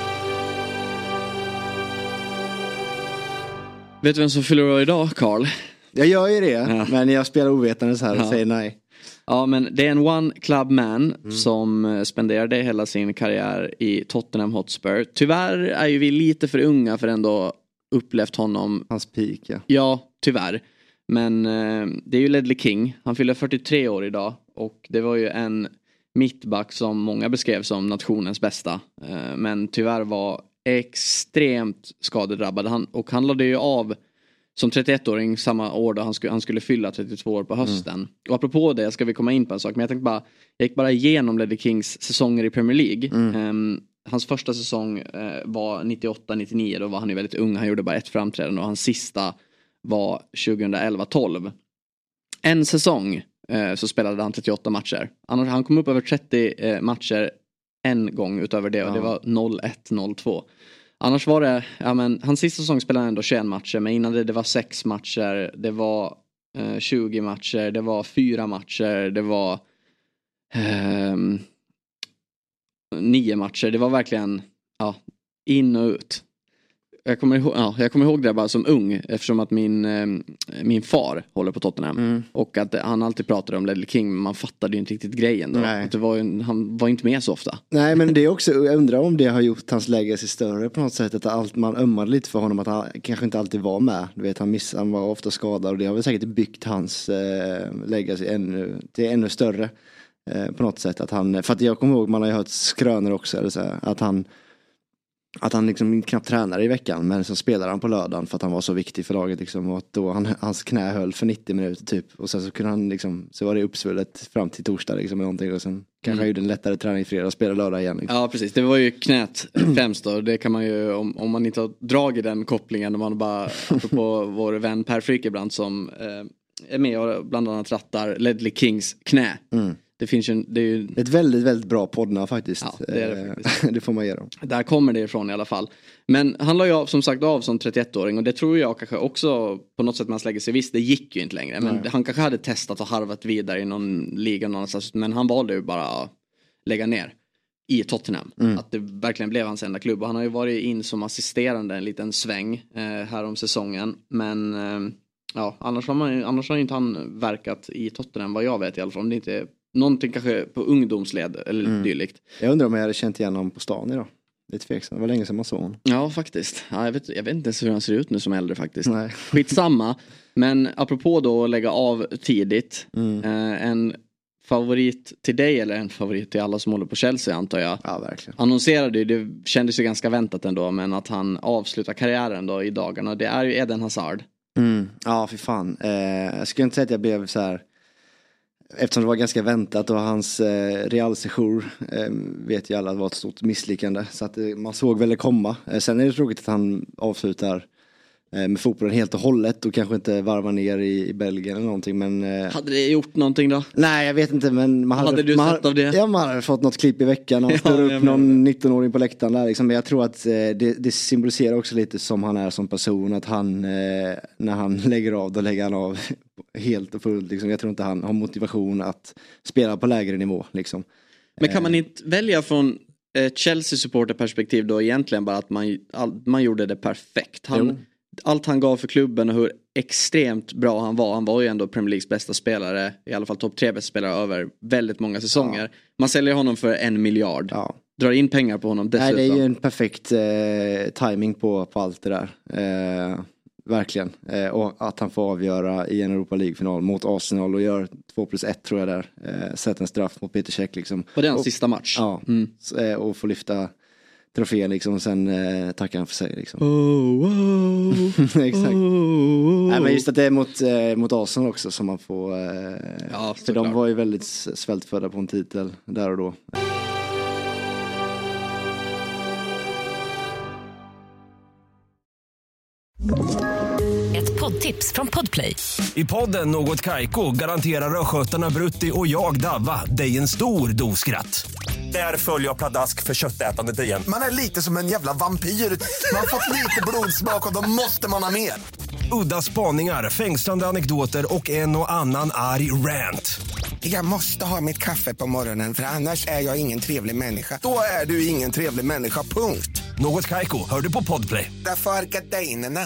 Vet du vem som fyller år idag, Carl? Jag gör ju det, ja. Men jag spelar ovetande så här och ja. säger nej. Ja, men det är en one club man mm. som spenderade hela sin karriär i Tottenham Hotspur. Tyvärr är ju vi lite för unga för ändå upplevt honom. Hans peak, ja. Ja, tyvärr. Men eh, det är ju Ledley King. Han fyller fyrtiotre år idag. Och det var ju en mittback som många beskrev som nationens bästa. Eh, men tyvärr var extremt skadedrabbad. Han, och han lade ju av som trettioettåring samma år då han skulle, han skulle fylla trettiotvå år på hösten. Mm. Och apropå det ska vi komma in på en sak. Men jag tänkte bara, jag gick bara igenom Ledley Kings säsonger i Premier League. Mm. Um, hans första säsong uh, var nittioåtta nittionio. Då var han ju väldigt ung. Han gjorde bara ett framträdande. Och hans sista var tjugoelva tolv. En säsong uh, så spelade han trettioåtta matcher. Han, han kom upp över trettio uh, matcher en gång utöver det. Och ja. det var noll ett noll två. Annars var det, ja men, hans sista säsong spelade han ändå tjugoett matcher. Men innan det, det var sex matcher. Det var eh, tjugo matcher. Det var fyra matcher. Det var eh, nio matcher. Det var verkligen, ja, in och ut. Jag kommer ihåg, ja, jag kommer ihåg det bara som ung. Eftersom att min, eh, min far håller på Tottenham. Mm. Och att han alltid pratade om Ledley King. Men man fattade ju inte riktigt grejen då. Att det var ju, han var inte med så ofta. Nej, men det är också, jag undrar om det har gjort hans legacy större på något sätt. Att allt, man ömmade lite för honom. Att han kanske inte alltid var med. Du vet, han, miss, han var ofta skadad. Och det har väl säkert byggt hans eh, legacy ännu, till ännu större. Eh, på något sätt. Att han, för att jag kommer ihåg, man har ju hört skrönor också. Eller så här, att han... Att han liksom knappt tränade i veckan. Men så spelade han på lördagen för att han var så viktig för laget. Liksom, och att då han, hans knä höll för nittio minuter typ. Och sen så kunde han liksom, så var det uppsvullet fram till torsdag liksom, någonting. Och sen kanske mm. han gjorde en lättare träning fredag och spelade lördag igen. Liksom. Ja, precis. Det var ju knät främst då. Det kan man ju, om, om man inte har dragit den kopplingen. Om man bara, apropå vår vän Per Frykebrand som eh, är med och bland annat rattar Ledley Kings knä. Mm. Det finns ju, det är ju ett väldigt, väldigt bra poddna faktiskt. Ja, det är det faktiskt. Det får man ge dem. Där kommer det ifrån i alla fall. Men han la ju av, som sagt av som trettioettåring. Och det tror jag kanske också på något sätt man lägger sig. Visst, det gick ju inte längre. Men Nej. han kanske hade testat och harvat vidare i någon liga någonstans. Men han valde ju bara att lägga ner i Tottenham. Mm. Att det verkligen blev hans enda klubb. Och han har ju varit in som assisterande en liten sväng eh, här om säsongen. Men eh, ja, annars har, man, annars har ju inte han verkat i Tottenham vad jag vet i alla fall. Om det inte är någonting kanske på ungdomsled eller mm. dylikt. Jag undrar om jag hade känt igen honom på stan idag. Lite tveksamt. Det var länge sedan man såg honom. Ja, faktiskt. Ja, jag, vet, jag vet inte ens hur han ser ut nu som äldre faktiskt. Nej. Skitsamma. Men apropå då att lägga av tidigt. Mm. Eh, en favorit till dig eller en favorit till alla som håller på Chelsea antar jag. Ja, verkligen. Annonserade ju, det kändes ju ganska väntat ändå. Men att han avslutar karriären då i dagarna. Det är ju Eden Hazard. Mm. Ja, för fan. Eh, jag skulle inte säga att jag blev så här... Eftersom det var ganska väntat och hans eh, Real-sejour eh, vet ju alla att det var ett stort misslyckande. Så att eh, man såg väl det komma. Eh, sen är det tråkigt att han avslutar med fotbollen helt och hållet och kanske inte varva ner i, i Belgien eller någonting, men hade det gjort någonting då? Nej, jag vet inte, men man hade, hade du man, sett av det? Ja, man hade fått något klipp i veckan och ja, står upp någon nittonåring på läktaren där liksom. Men jag tror att eh, det, det symboliserar också lite som han är som person, att han eh, när han lägger av, då lägger han av helt och fullt liksom. Jag tror inte han har motivation att spela på lägre nivå liksom. Men kan man inte välja från Chelsea-supporterperspektiv då egentligen bara att man, all, man gjorde det perfekt. Han, allt han gav för klubben och hur extremt bra han var. Han var ju ändå Premier Leagues bästa spelare, i alla fall topp tre bästa spelare över väldigt många säsonger. Ja. Man säljer honom för en miljard. Ja. Drar in pengar på honom dessutom. Nej, det är ju en perfekt eh, timing på, på allt det där. Eh, verkligen. Eh, och att han får avgöra i en Europa League-final mot Arsenal och gör två plus ett tror jag där. Eh, Sätter en straff mot Peter Cech liksom. Och det är hans sista match. Ja, mm. så, eh, och får lyfta trofén liksom och sen eh, tackar han för sig liksom. Oh, oh, Exakt. Oh, oh. Nej, men just att det är mot, eh, mot Arsenal också som man får eh, ja, för de var ju väldigt svältfödda på en titel där och då. Ett poddtips från Podplay. I podden Något Kaiko garanterar röskötarna Brutti och jag Davva dig en stor doskratt. Där följer jag pladask för köttätandet igen. Man är lite som en jävla vampyr. Man har fått lite blodsmak och då måste man ha mer. Udda spaningar, fängslande anekdoter och en och annan arg rant. Jag måste ha mitt kaffe på morgonen för annars är jag ingen trevlig människa. Då är du ingen trevlig människa, punkt. Något Kaiko, hör du på Podplay. Därför är gardinerna.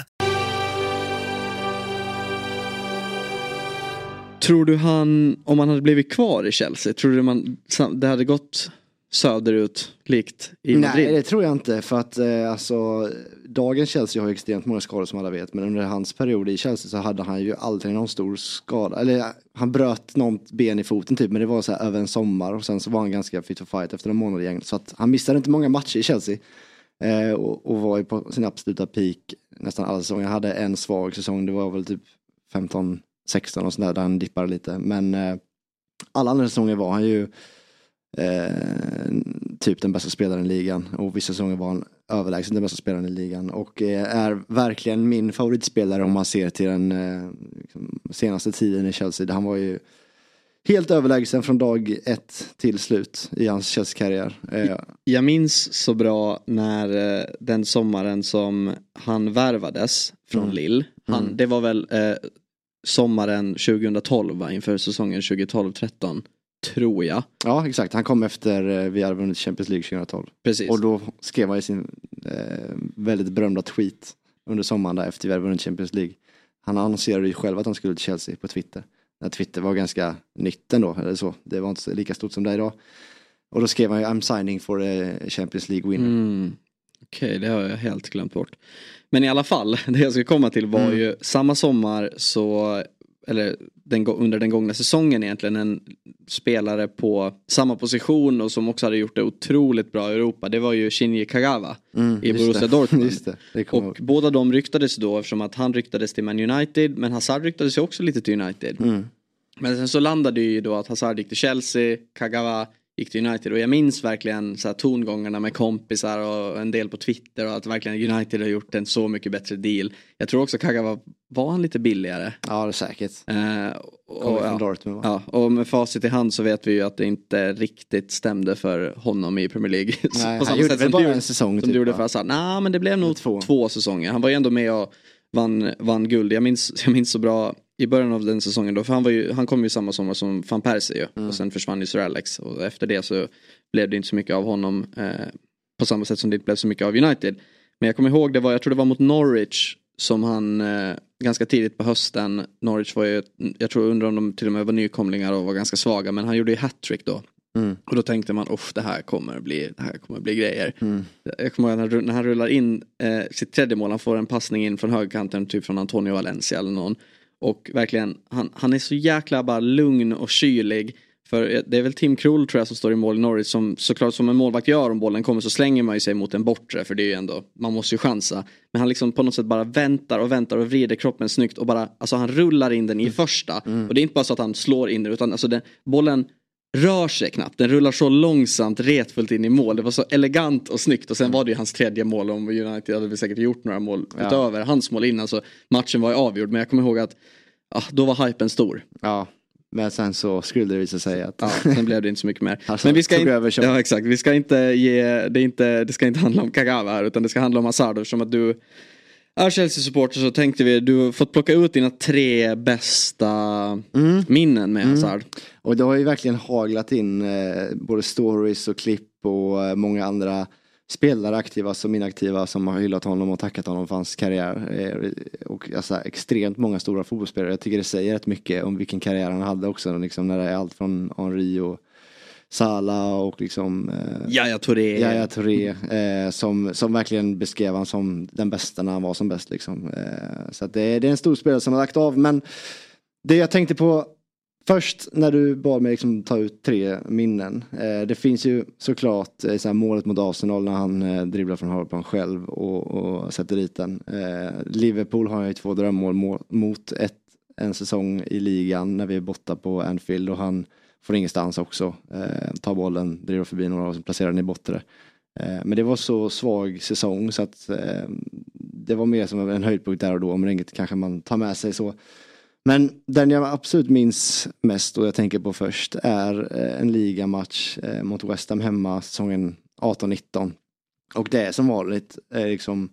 Tror du han, om han hade blivit kvar i Chelsea, tror du man, det hade gått söderut likt i Madrid? Nej, det tror jag inte, för att eh, alltså, dagens Chelsea har ju extremt många skador som alla vet, men under hans period i Chelsea så hade han ju aldrig någon stor skada, eller han bröt något ben i foten typ, men det var så här över en sommar och sen så var han ganska fit for fight efter en månad igen, så att han missade inte många matcher i Chelsea eh, och, och var ju på sin absoluta peak nästan alla säsonger. Han hade en svag säsong, det var väl typ femton sexton och sådär där han dippade lite, men eh, alla andra säsonger var han ju eh, typ den bästa spelaren i ligan, och vissa säsonger var han överlägsen den bästa spelaren i ligan och eh, är verkligen min favoritspelare om man ser till den eh, liksom, senaste tiden i Chelsea. Han var ju helt överlägsen från dag ett till slut i hans Chelsea-karriär. Eh, Jag minns så bra när eh, den sommaren som han värvades från mm. Lille, han, mm. det var väl eh, sommaren tjugohundratolv va, inför säsongen tjugotolv tretton tror jag. Ja, exakt. Han kom efter eh, vi hade vunnit Champions League tjugotolv. Precis. Och då skrev han i sin eh, väldigt berömda tweet under sommaren där efter vi hade vunnit Champions League. Han annonserade ju själv att han skulle till Chelsea på Twitter. När Twitter var ganska nytt ändå, eller så. Det var inte lika stort som det idag. Och då skrev han ju I'm signing for the Champions League winner. Mm. Okej, okay, det har jag helt glömt bort. Men i alla fall, det jag ska komma till var mm. ju samma sommar så, eller den, under den gångna säsongen egentligen, en spelare på samma position och som också hade gjort det otroligt bra i Europa. Det var ju Shinji Kagawa mm, i Borussia Dortmund. Just det, det och ihåg. Båda de ryktades då eftersom att han ryktades till Man United, men Hazard ryktades ju också lite till United. Mm. Men sen så landade ju då att Hazard gick till Chelsea, Kagawa gick till United, och jag minns verkligen så här tongångarna med kompisar och en del på Twitter och att verkligen United har gjort en så mycket bättre deal. Jag tror också Kagawa var han lite billigare. Ja, det är säkert. Eh, och, och, ja, Dortmund, ja, och med facit i hand så vet vi ju att det inte riktigt stämde för honom i Premier League. Nej, på samma sätt som bara en säsong som typ, du gjorde för Hazard. Nej, men det blev nog två. två säsonger. Han var ju ändå med och vann, vann guld. Jag minns, jag minns så bra i början av den säsongen då, för han, var ju, han kom ju samma sommar som Van Persie ju, mm. och sen försvann ju Sir Alex, och efter det så blev det inte så mycket av honom eh, på samma sätt som det inte blev så mycket av United. Men jag kommer ihåg, det var, jag tror det var mot Norwich som han eh, ganska tidigt på hösten, Norwich var ju, jag tror undrar om de till och med var nykomlingar och var ganska svaga, men han gjorde ju hattrick då. Mm. Och då tänkte man, uff, det här kommer bli, det här kommer bli grejer. Mm. Jag kommer ihåg när han, när han rullar in eh, sitt tredje mål, han får en passning in från högerkanten typ från Antonio Valencia eller någon. Och verkligen, han, han är så jäkla bara lugn och kylig. För det är väl Tim Krul tror jag som står i mål i Norwich, som såklart som en målvakt gör om bollen kommer så slänger man ju sig mot en bortre, för det är ju ändå, man måste ju chansa. Men han liksom på något sätt bara väntar och väntar och vrider kroppen snyggt och bara, alltså han rullar in den i första. Mm. Och det är inte bara så att han slår in den, utan alltså den, bollen rör sig knappt. Den rullar så långsamt, retfullt in i mål. Det var så elegant och snyggt. Och sen var det ju hans tredje mål. Om United hade vi säkert gjort några mål ja. utöver hans mål innan. Så matchen var ju avgjord. Men jag kommer ihåg att ah, då var hypen stor. Ja, men sen så skulle det visa sig att... Ja, sen blev det inte så mycket mer. Alltså, men vi ska inte... Över, ja, exakt. Vi ska inte ge... Det, är inte, det ska inte handla om Kagawa här. Utan det ska handla om Hazard. Som att du... är Chelsea-supporter så tänkte vi, du har fått plocka ut dina tre bästa mm. minnen med Hazard. Mm. Och det har ju verkligen haglat in eh, både stories och klipp och eh, många andra spelare, aktiva som inaktiva, som har hyllat honom och tackat honom för hans karriär. Eh, och alltså, extremt många stora fotbollsspelare. Jag tycker det säger rätt mycket om vilken karriär han hade också. Liksom, när det är allt från Henry och Salah och liksom eh, Yaya Touré, Yaya Touré eh, som, som verkligen beskrev han som den bästa när han var som bäst liksom. Eh, så att det, det är en stor spelare som har lagt av, men det jag tänkte på först när du bad mig liksom ta ut tre minnen, eh, det finns ju såklart eh, så här målet mot Arsenal när han eh, dribblar från halvplan själv och, och sätter dit den. Eh, Liverpool har ju två drömmål må, mot ett, en säsong i ligan när vi är borta på Anfield och han får ingenstans också. Eh, tar bollen, driver förbi några och placerar den i botten. Eh, men det var så svag säsong så att eh, det var mer som en höjdpunkt där och då. Men inget kanske man tar med sig så. Men den jag absolut minns mest och jag tänker på först är eh, en ligamatch eh, mot West Ham hemma säsongen arton nitton. Och det som var lite eh, liksom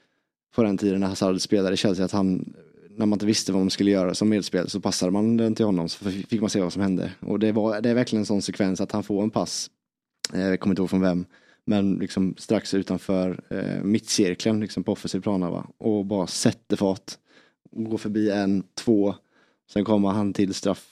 på den tiden när Hazard spelade i Chelsea att han... när man inte visste vad man skulle göra som medspel så passade man den till honom så fick man se vad som hände. Och det, var, det är verkligen en sån sekvens att han får en pass. Eh, jag kommer inte ihåg från vem. Men liksom strax utanför eh, mittcirkeln liksom på offensiv plana va. Och bara sätter fart. Och går förbi en, två. Sen kommer han till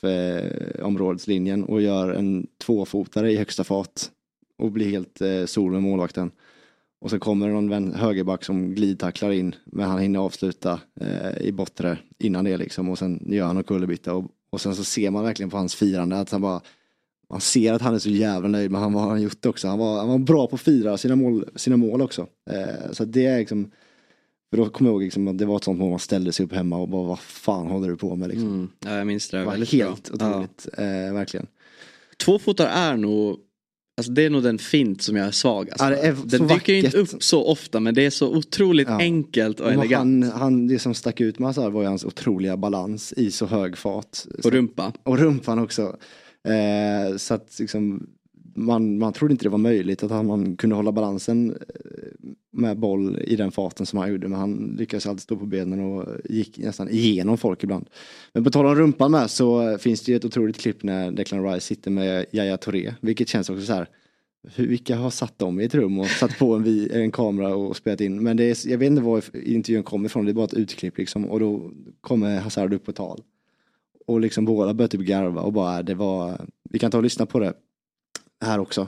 straffområdeslinjen eh, och gör en tvåfotare i högsta fart. Och blir helt eh, sol med målvakten. Och så kommer någon vän, högerback som glidtacklar in. Men han hinner avsluta eh, i botten innan det liksom. Och sen gör han en kullerbytta. Och, och sen så ser man verkligen på hans firande att han bara... Man ser att han är så jävla nöjd med vad han gjort också. Han var, han var bra på att fira sina mål, sina mål också. Eh, så det är liksom... För då kommer jag ihåg liksom, att det var ett sånt mål man ställde sig upp hemma och bara vad fan håller du på med liksom. Mm. Ja, jag minns det. Det var väldigt helt bra. otroligt. Ja. Eh, verkligen. Två fotar är nog... Alltså det är nog den fint som jag är svag. Alltså. Ja, det är den dyker ju inte upp så ofta men det är så otroligt ja. enkelt och, och elegant. Han, han, det som stack ut med så var ju hans otroliga balans i så hög fart. Och rumpa. Och rumpan också. Eh, så att liksom, man, man trodde inte det var möjligt att han, man kunde hålla balansen med boll i den farten som han gjorde. Men han lyckades alltid stå på benen och gick nästan igenom folk ibland. Men på tal om rumpan med så finns det ju ett otroligt klipp när Declan Rice sitter med Yaya Touré. Vilket känns också så här. Hur, vilka har satt dem i ett rum och satt på en, en kamera och spelat in. Men det är, jag vet inte var intervjun kommer ifrån. Det är bara ett utklipp liksom. Och då kommer Hazard upp på tal. Och liksom båda började typ garva. Och bara det var... Vi kan ta och lyssna på det här också.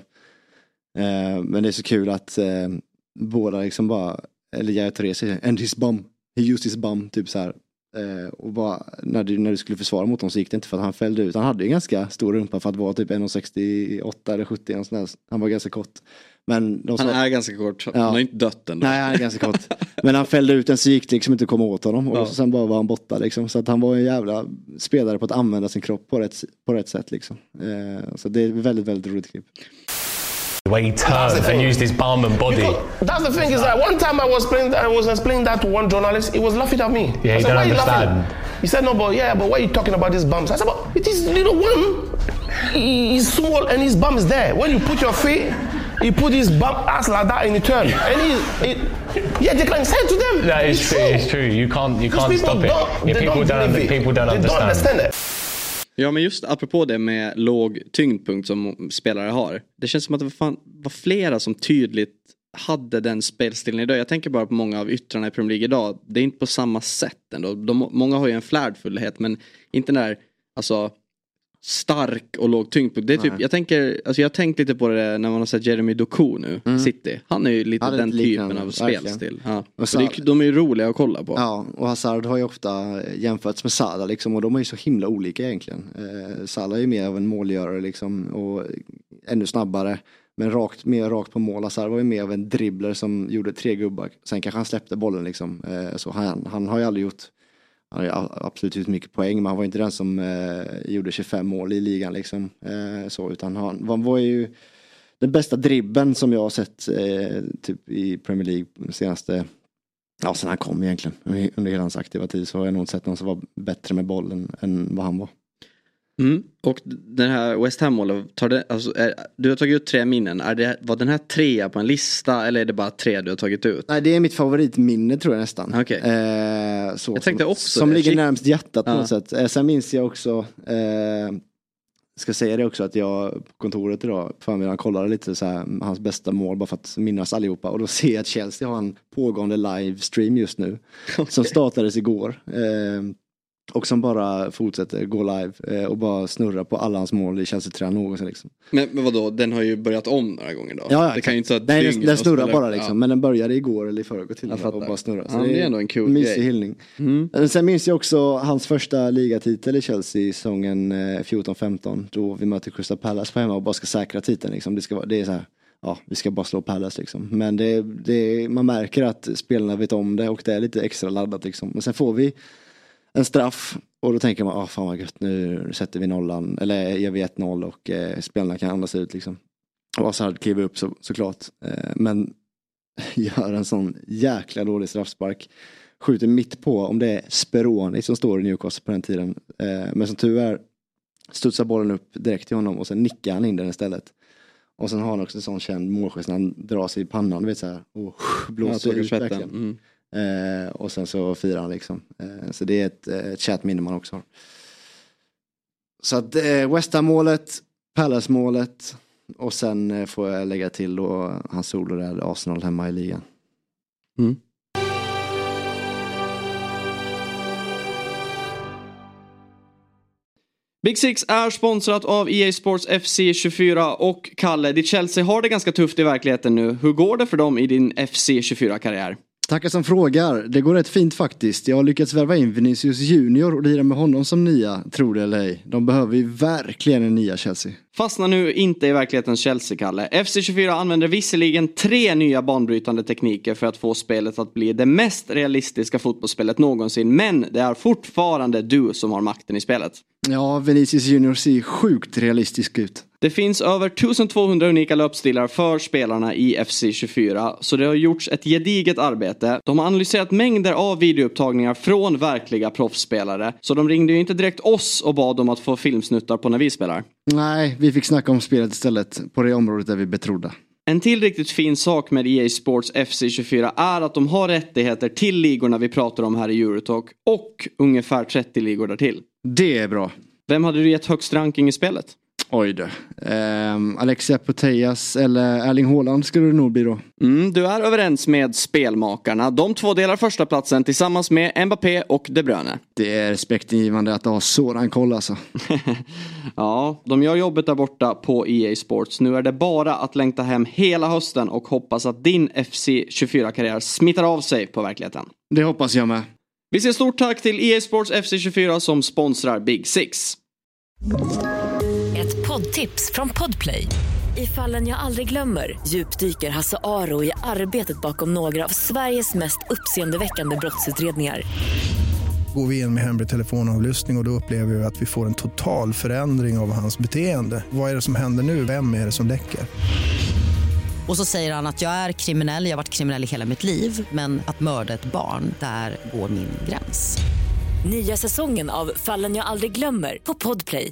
Eh, men det är så kul att eh, båda liksom bara... Eller Yaya Touré säger and his bum. He used his bum. Typ så här. Eh, och bara när du, när du skulle försvara mot honom så gick det inte för att han fällde ut. Han hade ju ganska stor rumpa för att vara typ en sextioåtta eller sjuttio. Och sådär. Han var ganska kort. Men de han sa, är ganska kort. Han ja. har inte dött än. Nej, han är ganska kort. Men han fällde ut den så gick det liksom inte att komma åt honom. Och ja. sen bara var han borta liksom. Så att han var en jävla spelare på att använda sin kropp på rätt, på rätt sätt liksom. Eh, så det är väldigt, väldigt roligt klipp. The way he turned and used his bum and body. Because that's the thing is that one time I was explaining, I was explaining that to one journalist, he was laughing at me. Yeah, I you said, don't why understand. Are you laughing? He said, no, but yeah, but why are you talking about these bums? I said, but it is little one. He, he's small and his bum is there. When you put your feet, he put his bum ass like that and he turn. And he, he yeah, they can say it to them. That is true. True. It's true. You can't, you can't stop it. Yeah, people don't, don't people don't they understand. Don't understand it. Ja, men just apropå det med låg tyngdpunkt som spelare har. Det känns som att det var, fan, var flera som tydligt hade den spelstilen idag. Jag tänker bara på många av yttrarna i Premier League idag. Det är inte på samma sätt ändå. De, många har ju en flärdfullhet men inte den där alltså, stark och låg tyngdpunkt. Det är typ, jag tänker, alltså jag har tänkt lite på det när man har sett Jeremy Doku nu, mm. City. Han är ju lite ja, den typen av spelstil. Ja. Och det, de är ju roliga att kolla på. Ja, och Hazard har ju ofta jämförts med Salah liksom, och de är ju så himla olika egentligen. Eh, Salah är ju mer av en målgörare liksom, och ännu snabbare. Men rakt, mer rakt på mål. Hazard var ju mer av en dribbler som gjorde tre gubbar. Sen kanske han släppte bollen liksom. Eh, så han, han har ju aldrig gjort... han har absolut ut mycket poäng, men han var inte den som eh, gjorde tjugofem mål i ligan liksom. Eh, så, utan han, han var ju den bästa dribben som jag har sett eh, typ i Premier League de senaste, ja sen han kom egentligen. Under hela hans aktiva tid så har jag nog sett någon som var bättre med bollen än vad han var. Mm. Och den här West Ham-målet, tar det, alltså, är, du har tagit ut tre minnen. Är det, var den här trea på en lista eller är det bara tre du har tagit ut? Nej, det är mitt favoritminne tror jag nästan. Okay. Eh, så, jag tänkte som, också som det. ligger närmast hjärtat på ja. något sätt. Eh, sen minns jag också, eh, ska säga det också, att jag på kontoret idag förmiddagen kollade lite så här, hans bästa mål bara för att minnas allihopa. Och då ser jag att Chelsea har en pågående livestream just nu. Okay. Som startades igår. Eh, Och som bara fortsätter gå live eh, och bara snurra på alla hans mål i Chelsea-trän någonsin liksom. Men, men vadå, den har ju börjat om några gånger då? Ja, ja, det kan ju inte ta Nej, den, den snurrar spela, bara liksom. Ja. Men den började igår eller i förrgår till och, och bara snurra. Så ja, det, det är ändå en kul mysig grej. hyllning. Mm. Sen minns jag också hans första ligatitel i Chelsea i säsongen eh, fjorton femton. Då vi möter Crystal Palace på hemma och bara ska säkra titeln liksom. Det, ska vara, det är så här, ja, vi ska bara slå Palace liksom. Men det, det, man märker att spelarna vet om det och det är lite extra laddat liksom. Men sen får vi en straff och då tänker man, ah fan vad gött, nu sätter vi nollan eller gör vi ett noll och eh, spelarna kan andas ut liksom. Och så hade kliver upp så, såklart. Eh, men gör en sån jäkla dålig straffspark. Skjuter mitt på, om det är Speroni som står i Newcastle på den tiden. Eh, men som tur är studsar bollen upp direkt till honom och sen nickar han in den istället. Och sen har han också en sån känd målgest när han drar sig i pannan, vet så här, och blåser ut verkligen. Mm. Eh, och sen så firar han liksom. Eh, så det är ett, ett kärt minne man också har. Så att eh, West Ham-målet, Palace-målet och sen eh, får jag lägga till då hans solo där, Arsenal hemma i ligan. Mm. Big Six är sponsrat av E A Sports F C tjugofyra och Kalle, ditt Chelsea har det ganska tufft i verkligheten nu. Hur går det för dem i din F C tjugofyra-karriär? Tackar som frågar. Det går rätt fint faktiskt. Jag har lyckats värva in Vinicius Junior och lira med honom som nya, tror det eller ej. De behöver ju verkligen en nya Chelsea. Fastna nu inte i verklighetens Chelsea, Kalle. F C tjugofyra använder visserligen tre nya banbrytande tekniker för att få spelet att bli det mest realistiska fotbollsspelet någonsin. Men det är fortfarande du som har makten i spelet. Ja, Vinicius Junior ser sjukt realistisk ut. Det finns över tusentvåhundra unika löpstilar för spelarna i F C tjugofyra, så det har gjorts ett gediget arbete. De har analyserat mängder av videoupptagningar från verkliga proffsspelare, så de ringde ju inte direkt oss och bad om att få filmsnuttar på när vi spelar. Nej, vi fick snacka om spelet istället på det området där vi betrodda. En till riktigt fin sak med E A Sports F C tjugofyra är att de har rättigheter till ligorna vi pratar om här i Eurotalk och ungefär trettio ligor där till. Det är bra. Vem hade du gett högst ranking i spelet? Oj då. Um, Alexia Putellas eller Erling Haaland skulle det nog bli då. Mm, du är överens med spelmakarna. De två delar första platsen tillsammans med Mbappé och De Bruyne. Det är respektingivande att ha sådan koll alltså. Ja, de gör jobbet där borta på E A Sports. Nu är det bara att längta hem hela hösten och hoppas att din F C tjugofyra-karriär smittar av sig på verkligheten. Det hoppas jag med. Vi säger stort tack till E A Sports F C tjugofyra som sponsrar Big Six. Ett poddtips från Podplay. I Fallen jag aldrig glömmer djupdyker Hasse Aro i arbetet bakom några av Sveriges mest uppseendeväckande brottsutredningar. Går vi in med hemlig telefonavlyssning och, och då upplever vi att vi får en total förändring av hans beteende. Vad är det som händer nu? Vem är det som läcker? Och så säger han att jag är kriminell, jag har varit kriminell i hela mitt liv. Men att mörda ett barn, där går min gräns. Nya säsongen av Fallen jag aldrig glömmer på Podplay.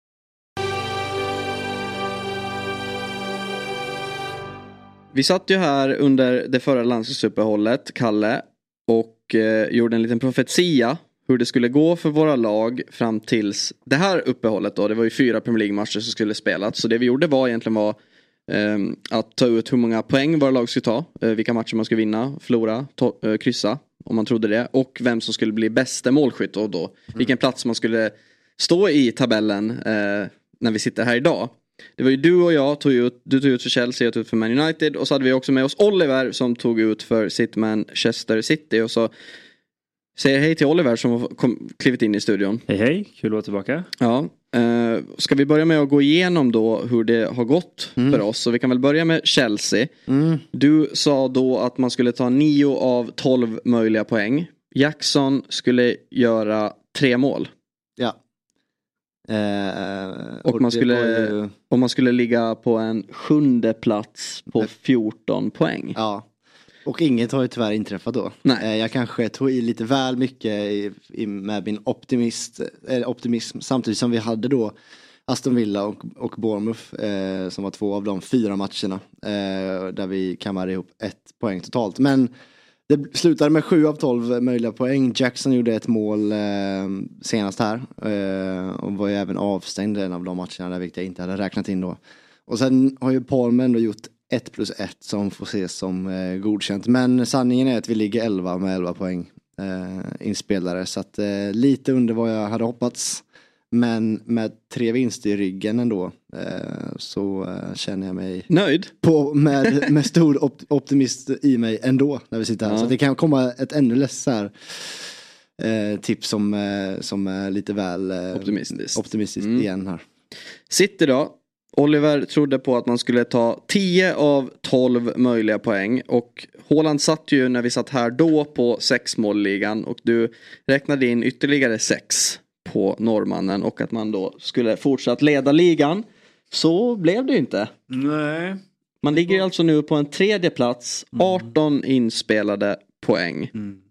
Vi satt ju här under det förra landslagsuppehållet, Kalle, och eh, gjorde en liten profetia hur det skulle gå för våra lag fram tills det här uppehållet då. Det var ju fyra Premier League-matcher som skulle spelas. Så det vi gjorde var egentligen var eh, att ta ut hur många poäng våra lag skulle ta. Eh, vilka matcher man skulle vinna, förlora, to- eh, kryssa om man trodde det. Och vem som skulle bli bästa målskytt och då. Mm. Vilken plats man skulle stå i tabellen eh, när vi sitter här idag. Det var ju du och jag tog ut, du tog ut för Chelsea, jag tog ut för Man United. Och så hade vi också med oss Oliver som tog ut för sitt Manchester City. Och så säger hej till Oliver som har kom, klivit in i studion. Hej hej, kul att vara tillbaka. Ja, eh, ska vi börja med att gå igenom då hur det har gått mm. för oss. Så vi kan väl börja med Chelsea. Mm. Du sa då att man skulle ta nio av tolv möjliga poäng. Jackson skulle göra tre mål. Ja. Eh, och, och man skulle, ju... om man skulle ligga på en sjunde plats på fjorton poäng. Ja. Och inget har ju tyvärr inträffat då. Nej. Eh, jag kanske tog i lite väl mycket i, i, med min optimist, eh, optimism. Samtidigt som vi hade då Aston Villa och, och Bournemouth eh, som var två av de fyra matcherna. Eh, där vi kammade ihop ett poäng totalt. Men det slutade med sju av tolv möjliga poäng. Jackson gjorde ett mål eh, senast här. Eh, och var ju även avstängd en av de matcherna där, vilket jag inte hade räknat in då. Och sen har ju Palmer ändå gjort ett plus ett som får ses som eh, godkänt. Men sanningen är att vi ligger elva med elva poäng eh, inspelare. Så att eh, lite under vad jag hade hoppats. Men med tre vinster i ryggen ändå eh, så eh, känner jag mig nöjd på, med, med stor op- optimist i mig ändå när vi sitter här. Ja. Så det kan komma ett ännu lättare eh, tips som, eh, som är lite väl eh, optimistiskt, optimistiskt mm. igen här. City då. Oliver trodde på att man skulle ta tio av tolv möjliga poäng. Och Haaland satt ju när vi satt här då på sex målligan. Och du räknade in ytterligare sex på norrmannen. Och att man då skulle fortsatt leda ligan. Så blev det ju inte. Nej. Man ligger ju alltså nu på en tredje plats. arton inspelade poäng. Mm.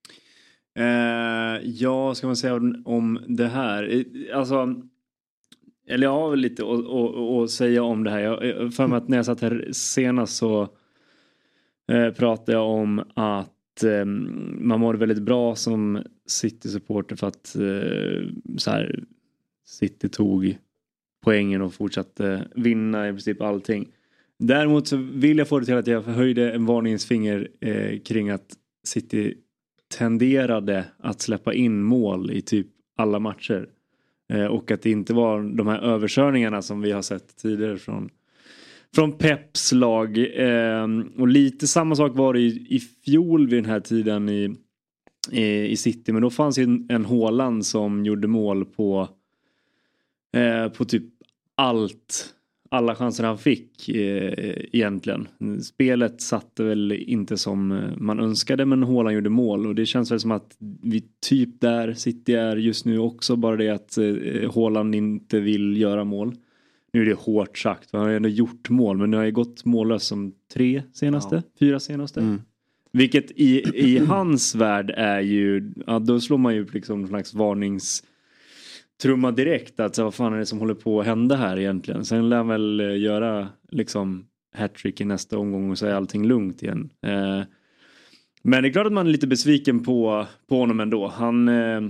Eh, ja, ska man säga om, om det här. Alltså... Eller jag har väl lite att, att, att säga om det här. Jag, för mig att när jag satt här senast så eh, pratade jag om att eh, man mår väldigt bra som City-supporter för att eh, så här, City tog poängen och fortsatte vinna i princip allting. Däremot så vill jag få det till att jag höjde en varningsfinger eh, kring att City tenderade att släppa in mål i typ alla matcher. Och att det inte var de här överkörningarna som vi har sett tidigare från, från Peps lag. Eh, och lite samma sak var det i, i fjol vid den här tiden i, i, i City. Men då fanns ju en, en Haaland som gjorde mål på, eh, på typ allt. Alla chanser han fick eh, egentligen. Spelet satte väl inte som man önskade, men Haaland gjorde mål. Och det känns väl som att vi typ där City är just nu också. Bara det att eh, Haaland inte vill göra mål. Nu är det hårt sagt. Han har ju ändå gjort mål, men nu har ju gått mållös som tre senaste. Ja. Fyra senaste. Mm. Vilket i, i hans värld är ju... Ja, då slår man ju liksom en slags varnings... trumma direkt att så, vad fan är det som håller på att hända här egentligen. Sen lär han väl göra liksom hattrick i nästa omgång och så är allting lugnt igen. Eh, men det är klart att man är lite besviken på, på honom ändå. Han, eh,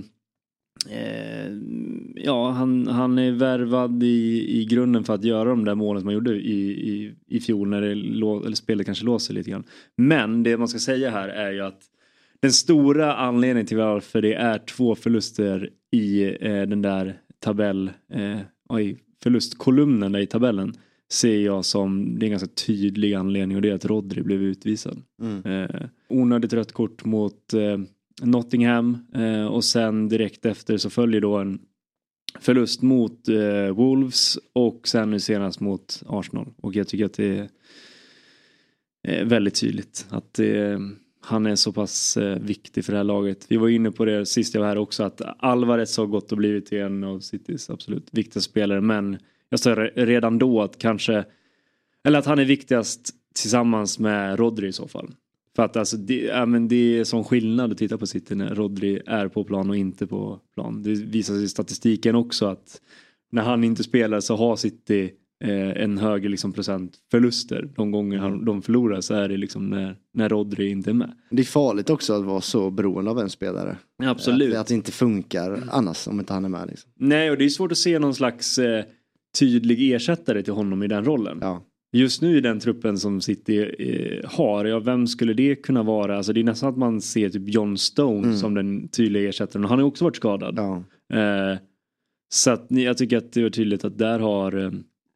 eh, ja, han, han är värvad i, i grunden för att göra de där målen som man gjorde i, i, i fjol när det lå, eller spelet kanske låser lite grann. Men det man ska säga här är ju att den stora anledningen till varför det är två förluster i eh, den där tabell, eh, oj, förlustkolumnen där i tabellen ser jag som, det är en ganska tydlig anledning, och det är att Rodri blev utvisad. Mm. Eh, onödigt rött kort mot eh, Nottingham eh, och sen direkt efter så följer då en förlust mot eh, Wolves och sen nu senast mot Arsenal. Och jag tycker att det är eh, väldigt tydligt att det eh, han är så pass eh, viktig för det här laget. Vi var inne på det sist jag var här också, att Alvarez har gått och blivit till en av Citys absolut viktigaste spelare. Men jag sa redan då att kanske, eller att han är viktigast tillsammans med Rodri i så fall. För att alltså, det, ja, men det är sån skillnad att titta på City när Rodri är på plan och inte på plan. Det visar sig i statistiken också att när han inte spelar så har City eh, en högre liksom, procent förluster. De gånger han, de förlorar så är det liksom när, när Rodri inte är med. Det är farligt också att vara så beroende av en spelare. Ja, absolut. Att, att det inte funkar annars om inte han är med. Liksom. Nej, och det är svårt att se någon slags eh, tydlig ersättare till honom i den rollen. Ja. Just nu i den truppen som City eh, har, ja, vem skulle det kunna vara? Alltså det är nästan att man ser typ John Stone mm. som den tydliga ersättaren. Han har också varit skadad. Ja. Eh, så att jag tycker att det var tydligt att där har eh,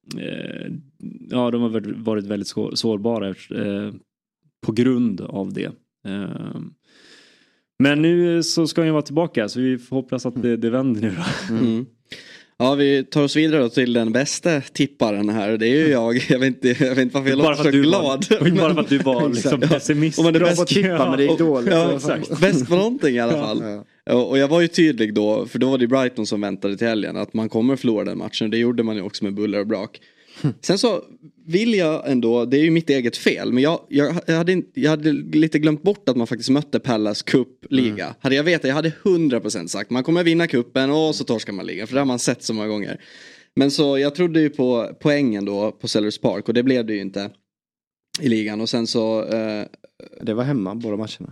ja, de har varit, varit väldigt sårbara eh, på grund av det. Eh, men nu så ska han ju vara tillbaka, så vi får hoppas att det, det vänder nu då. Mm. Ja, vi tar oss vidare då till den bästa tipparen här. Det är ju jag. Jag vet inte, jag vet inte varför jag låter så glad. Var, bara för att du var liksom pessimist. Om man är bra på att tippa men det gick dåligt. Ja, bäst på någonting i alla fall. Ja, ja. Och jag var ju tydlig då, för då var det Brighton som väntade till helgen, att man kommer förlora den matchen. Det gjorde man ju också med buller och brak. Sen så vill jag ändå, det är ju mitt eget fel, men jag, jag, jag, hade, jag hade lite glömt bort att man faktiskt mötte Palace Cup-liga. Mm. Hade jag vetat, jag hade hundra procent sagt man kommer vinna kuppen och så torskar man ligan, för det har man sett så många gånger. Men så jag trodde ju på poängen då på Sellers Park, och det blev det ju inte i ligan. Och sen så eh, det var hemma båda matcherna.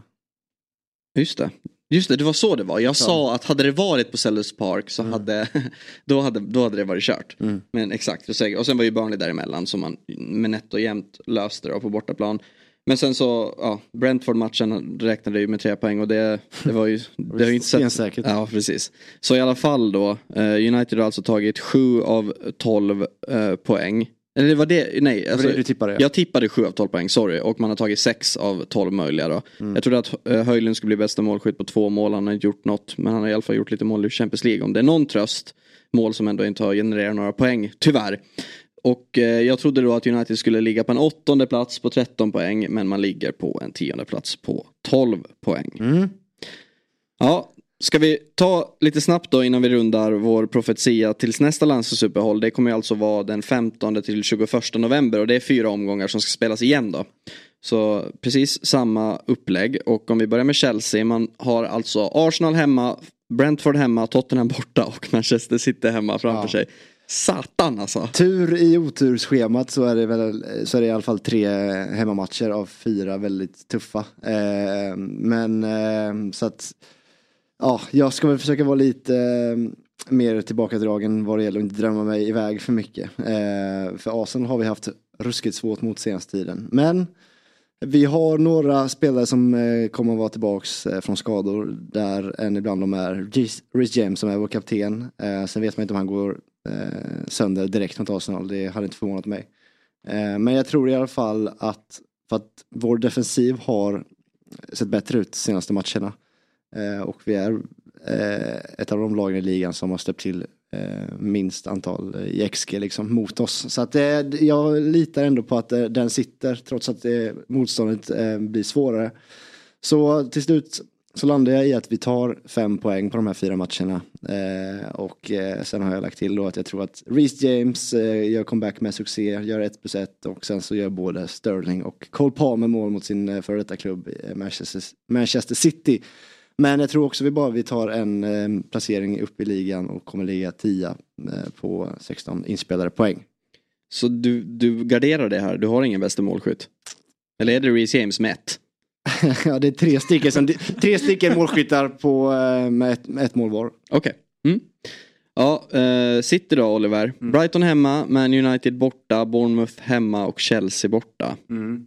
Just det. Just det, det var så det var. Jag ja. sa att hade det varit på Sellers Park så mm. hade, då hade då hade det varit kört. Mm. Men exakt, och sen var ju Burnley däremellan som man med nätt och jämnt löste det på bortaplan. Men sen så, ja, Brentford-matchen räknade ju med tre poäng och det, det var ju, det har ju inte sett. Säkert. Ja, precis. Så i alla fall då, United har alltså tagit sju av tolv eh, poäng. Eller det var det, nej. Alltså, det du tippade? Jag tippade sju av tolv poäng, sorry. Och man har tagit sex av tolv möjliga då. Mm. Jag trodde att uh, Höjlund skulle bli bästa målskytt på två mål. Han har inte gjort något. Men han har i alla fall gjort lite mål i Champions League. Om det är någon tröst. Mål som ändå inte har genererat några poäng, tyvärr. Och uh, jag trodde då att United skulle ligga på en åttonde plats på tretton poäng. Men man ligger på en tionde plats på tolv poäng. Mm. Ja. Ska vi ta lite snabbt då innan vi rundar vår profetia tills nästa landslagsuppehåll. Det kommer ju alltså vara den femtonde till tjugoförsta november och det är fyra omgångar som ska spelas igen då. Så precis samma upplägg. Och om vi börjar med Chelsea, man har alltså Arsenal hemma, Brentford hemma, Tottenham borta och Manchester City hemma framför ja. sig. Satan alltså. Tur i otursschemat så är det väl, så är det i alla fall tre hemmamatcher av fyra väldigt tuffa. Eh, men eh, så att ja, jag ska väl försöka vara lite eh, mer tillbakadragen vad det gäller och inte drömma mig iväg för mycket. Eh, för Arsenal har vi haft ruskigt svårt mot senaste tiden. Men vi har några spelare som eh, kommer att vara tillbaks eh, från skador. Där en ibland de är Reece James som är vår kapten. Eh, sen vet man inte om han går eh, sönder direkt mot Arsenal. Det hade inte förvånat mig. Eh, men jag tror i alla fall att för att vår defensiv har sett bättre ut de senaste matcherna. Eh, och vi är eh, ett av de lagen i ligan som har släppt till eh, minst antal i X G liksom, mot oss. Så att, eh, jag litar ändå på att eh, den sitter trots att eh, motståndet eh, blir svårare. Så till slut så landar jag i att vi tar fem poäng på de här fyra matcherna. Eh, och eh, sen har jag lagt till då att jag tror att Reece James eh, gör comeback med succé, gör ett plus ett och sen så gör både Sterling och Cole Palmer mål mot sin eh, före detta klubb eh, Manchester, Manchester City. Men jag tror också vi bara vi tar en eh, placering upp i ligan och kommer ligga tia eh, på sexton inspelade poäng. Så du, du garderar det här? Du har ingen bästa målskytt? Eller är det Reece James med ett? Ja, det är tre stycken, som, tre stycken målskyttar på, eh, med, ett, med ett mål var. Okej. Okay. Mm. Ja, eh, City då Oliver. Mm. Brighton hemma, Man United borta, Bournemouth hemma och Chelsea borta. Mm.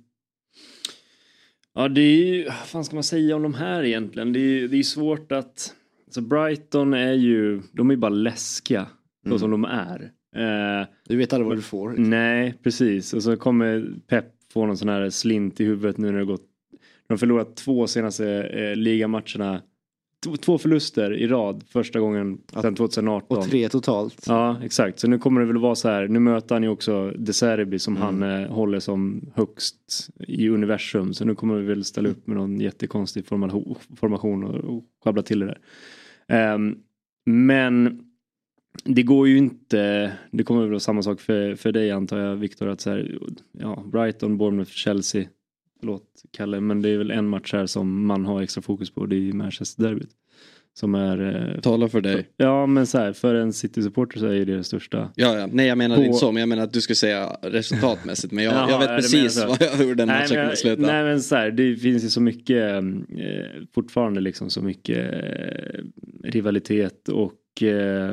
Ja, det är ju, vad fan ska man säga om de här egentligen? Det är, det är svårt att, alltså Brighton är ju, de är bara läskiga så mm. som de är. Eh, du vet aldrig vad du får. Liksom. Nej, precis. Och så kommer Pep få någon sån här slint i huvudet nu när det gått. De har förlorat två senaste eh, ligamatcherna. Två förluster i rad första gången sedan tjugoarton. Och tre totalt. Ja, exakt. Så nu kommer det väl vara så här. Nu möter han ju också De Zerbi som mm. han eh, håller som högst i universum. Så nu kommer vi väl ställa upp med någon jättekonstig formation, formation och, och sjabbla till det där. Um, men det går ju inte. Det kommer väl vara samma sak för, för dig antar jag, Viktor. Att så här, ja, Brighton, Bournemouth, Chelsea. Förlåt Kalle, men det är väl en match här som man har extra fokus på. Det är Manchester derbyt. Som är... Eh, Tala för dig. Ja, men så här, för en City-supporter så är det det största. Ja, ja. Nej, jag menar på... inte så. Men jag menar att du ska säga resultatmässigt. Men jag, Jaha, jag vet precis vad jag, hur den matchen kommer sluta. Nej, men så här, det finns ju så mycket... Eh, fortfarande liksom så mycket eh, rivalitet och... Eh,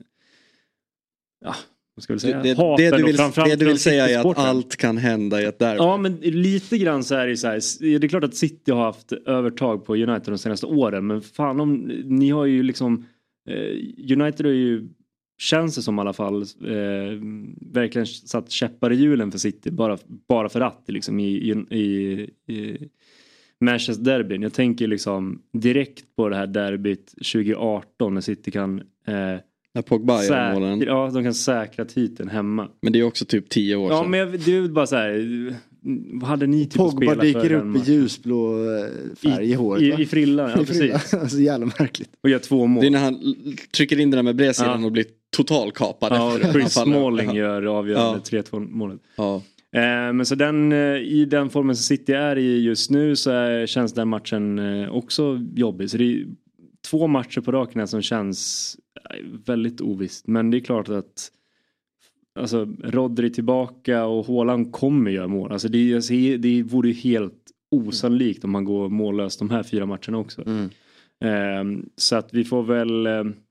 ja... Ska säga, det, det, det, du vill, det du vill säga är att allt kan hända i ett derby. Ja, men lite grann så är det så här. Det är klart att City har haft övertag på United de senaste åren. Men fan, om ni har ju liksom eh, United har ju, känns det som i alla fall eh, verkligen satt käppar i hjulen för City. Bara, bara för att liksom i, i, i Manchester derbyn. Jag tänker liksom direkt på det här derbyt tjugoarton när City kan... Eh, När Pogba gör målen. Ja, de kan säkra titeln hemma. Men det är också typ tio år ja, sedan. Ja, men det är bara så här. Vad hade ni typ Pogba att spela dyker för upp i ljusblå färg i, i håret. I, va? i frillan, ja, I frillan. precis. Alltså jävla märkligt. Och gör två mål. Det är när han trycker in den där med bredsidan ja. och blir totalkapad. Ja, efter Chris Smalling ja. gör avgörande ja. tre två målet. Ja. Eh, men så den, eh, i den formen som City är i just nu så är, känns den matchen eh, också jobbig. Så det är två matcher på raken som känns eh, väldigt ovisst. Men det är klart att alltså, Rodri tillbaka och Haaland kommer göra mål. Alltså, det, alltså, det vore helt osannolikt om man går mållöst de här fyra matcherna också. Mm. Eh, så att vi får väl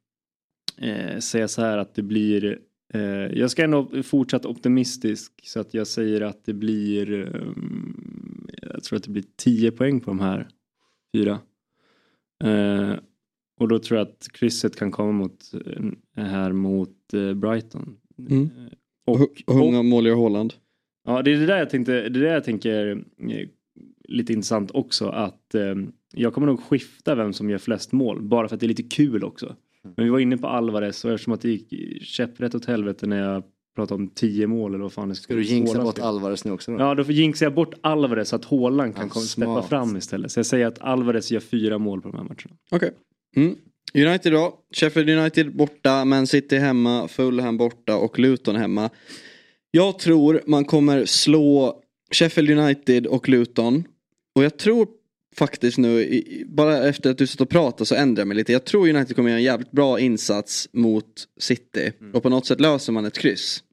eh, säga så här att det blir eh, jag ska ändå fortsätta optimistisk så att jag säger att det blir eh, jag tror att det blir tio poäng på de här fyra. Eh, och då tror jag att krysset kan komma mot eh, här mot eh, Brighton. Mm. Och, och, och hur många mål gör Haaland? Ja, det är det där jag tänkte, det är det jag tänker eh, lite intressant också att eh, jag kommer nog skifta vem som gör flest mål bara för att det är lite kul också. Men vi var inne på Alvarez och eftersom att det gick käpprätt åt helvete när jag pratade om tio mål eller vad fan det ska du jinxa bort Alvarez nu också då? Ja, då får jinxa jag bort Alvarez så att Haaland kan ja, släppa fram istället. Så jag säger att Alvarez gör fyra mål på de här matcherna. Okej. Okay. Mm. United då. Sheffield United borta, Man City hemma, Fulham borta och Luton hemma. Jag tror man kommer slå Sheffield United och Luton. Och jag tror faktiskt nu, bara efter att du satt och pratade så ändrar jag mig lite. Jag tror United kommer göra en jävligt bra insats mot City. Mm. Och på något sätt löser man ett kryss.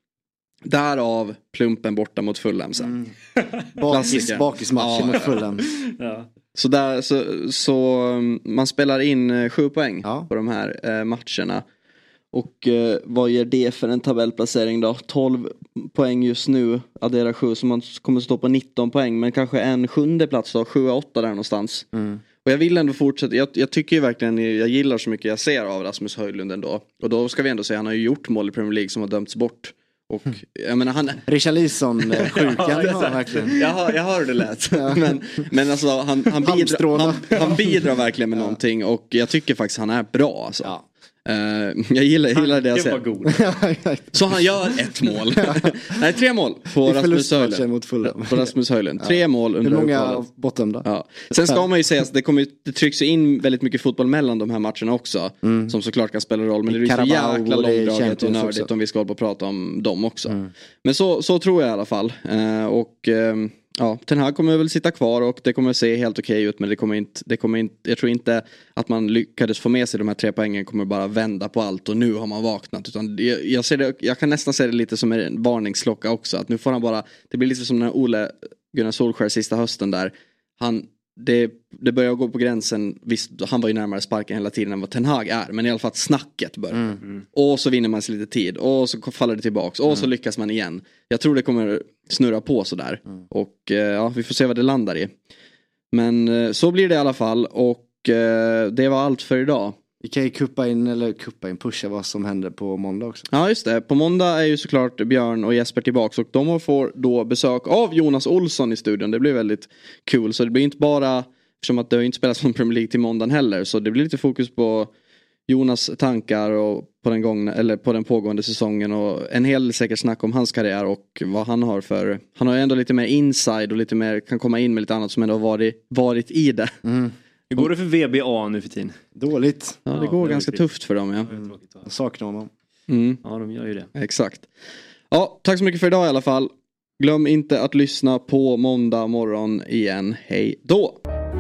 Därav plumpen borta mot Fulham sen. Mm. Bakis, bakismatchen ja. mot Fulham. Ja. Så, där, så, så man spelar in sju poäng ja. på de här eh, matcherna. Och eh, vad ger det för en tabellplacering då? tolv poäng just nu, addera sju, så man kommer stå på nitton poäng. Men kanske en sjunde plats då, sju åtta där någonstans. Mm. Och jag vill ändå fortsätta, jag, jag tycker ju verkligen, jag gillar så mycket jag ser av Rasmus Højlund ändå. Och då ska vi ändå säga, han har ju gjort mål i Premier League som har dömts bort. Och jag menar han Richarlison sjukan ja, ja, verkligen. Jag hör, jag hör det lätt. men men alltså han han bidrar han, han bidrar verkligen med ja. någonting och jag tycker faktiskt han är bra alltså. Ja. Uh, jag gillar, jag gillar det jag ser. Så han gör ett mål. Nej, tre mål på Rasmus Højlund. På Rasmus Højlund. Tre ja. mål under hur många bortdömda? Ja. Sen ska man ju säga att det kommer det trycks in väldigt mycket fotboll mellan de här matcherna också mm. som såklart kan spela roll, men det är ju så jäkla långdraget och nördigt om vi ska hålla på och prata om dem också. Mm. Men så så tror jag i alla fall. Uh, och uh, ja, den här kommer väl sitta kvar och det kommer se helt okej ut, men det kommer inte, det kommer inte, jag tror inte att man lyckades få med sig de här tre poängen kommer bara vända på allt och nu har man vaknat, utan jag, jag ser det, jag kan nästan se det lite som en varningsklocka också, att nu får han bara, det blir lite som när Ole Gunnar Solskjær sista hösten där, han det, det börjar gå på gränsen, visst han var ju närmare sparken hela tiden än vad Ten Hag är, men i alla fall att snacket börjar. Mm, mm. Och så vinner man sig lite tid och så faller det tillbaks och mm. så lyckas man igen. Jag tror det kommer snurra på sådär mm. och ja, vi får se vad det landar i. Men så blir det i alla fall och det var allt för idag. Vi kan ju kuppa in, eller kuppa in, pusha vad som händer på måndag också. Ja just det, på måndag är ju såklart Björn och Jesper tillbaka och de får då besök av Jonas Olsson i studion. Det blir väldigt kul, så det blir inte bara, eftersom att det har inte spelats någon Premier League till måndagen heller, så det blir lite fokus på Jonas tankar och på den gångna, eller på den pågående säsongen och en hel del säkert snack om hans karriär och vad han har för, han har ju ändå lite mer inside och lite mer, kan komma in med lite annat som ändå har varit, varit i det. Mm. Hur går det för V B A nu för tiden? Dåligt. Ja, det ja, går det ganska tufft för dem, ja. Jag saknar honom. Mm. Ja, de gör ju det. Exakt. Ja, tack så mycket för idag i alla fall. Glöm inte att lyssna på måndag morgon igen. Hej då!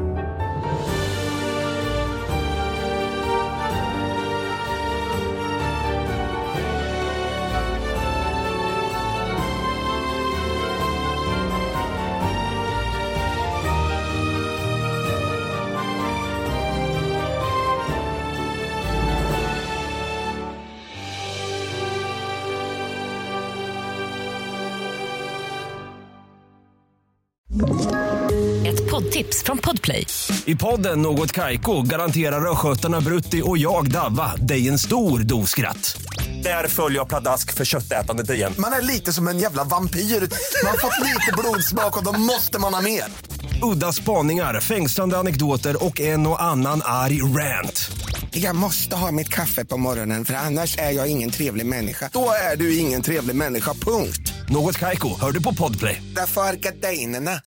Tips från Podplay. I podden Något Kaiko garanterar röskötarna Brutti och jag Davva dig en stor doskratt. Där följer jag pladask för köttätandet igen. Man är lite som en jävla vampyr. Man har fått lite blodsmak och då måste man ha mer. Udda spaningar, fängslande anekdoter och en och annan arg rant. Jag måste ha mitt kaffe på morgonen för annars är jag ingen trevlig människa. Då är du ingen trevlig människa, punkt. Något Kaiko, hör du på Podplay. Därför är gardinerna.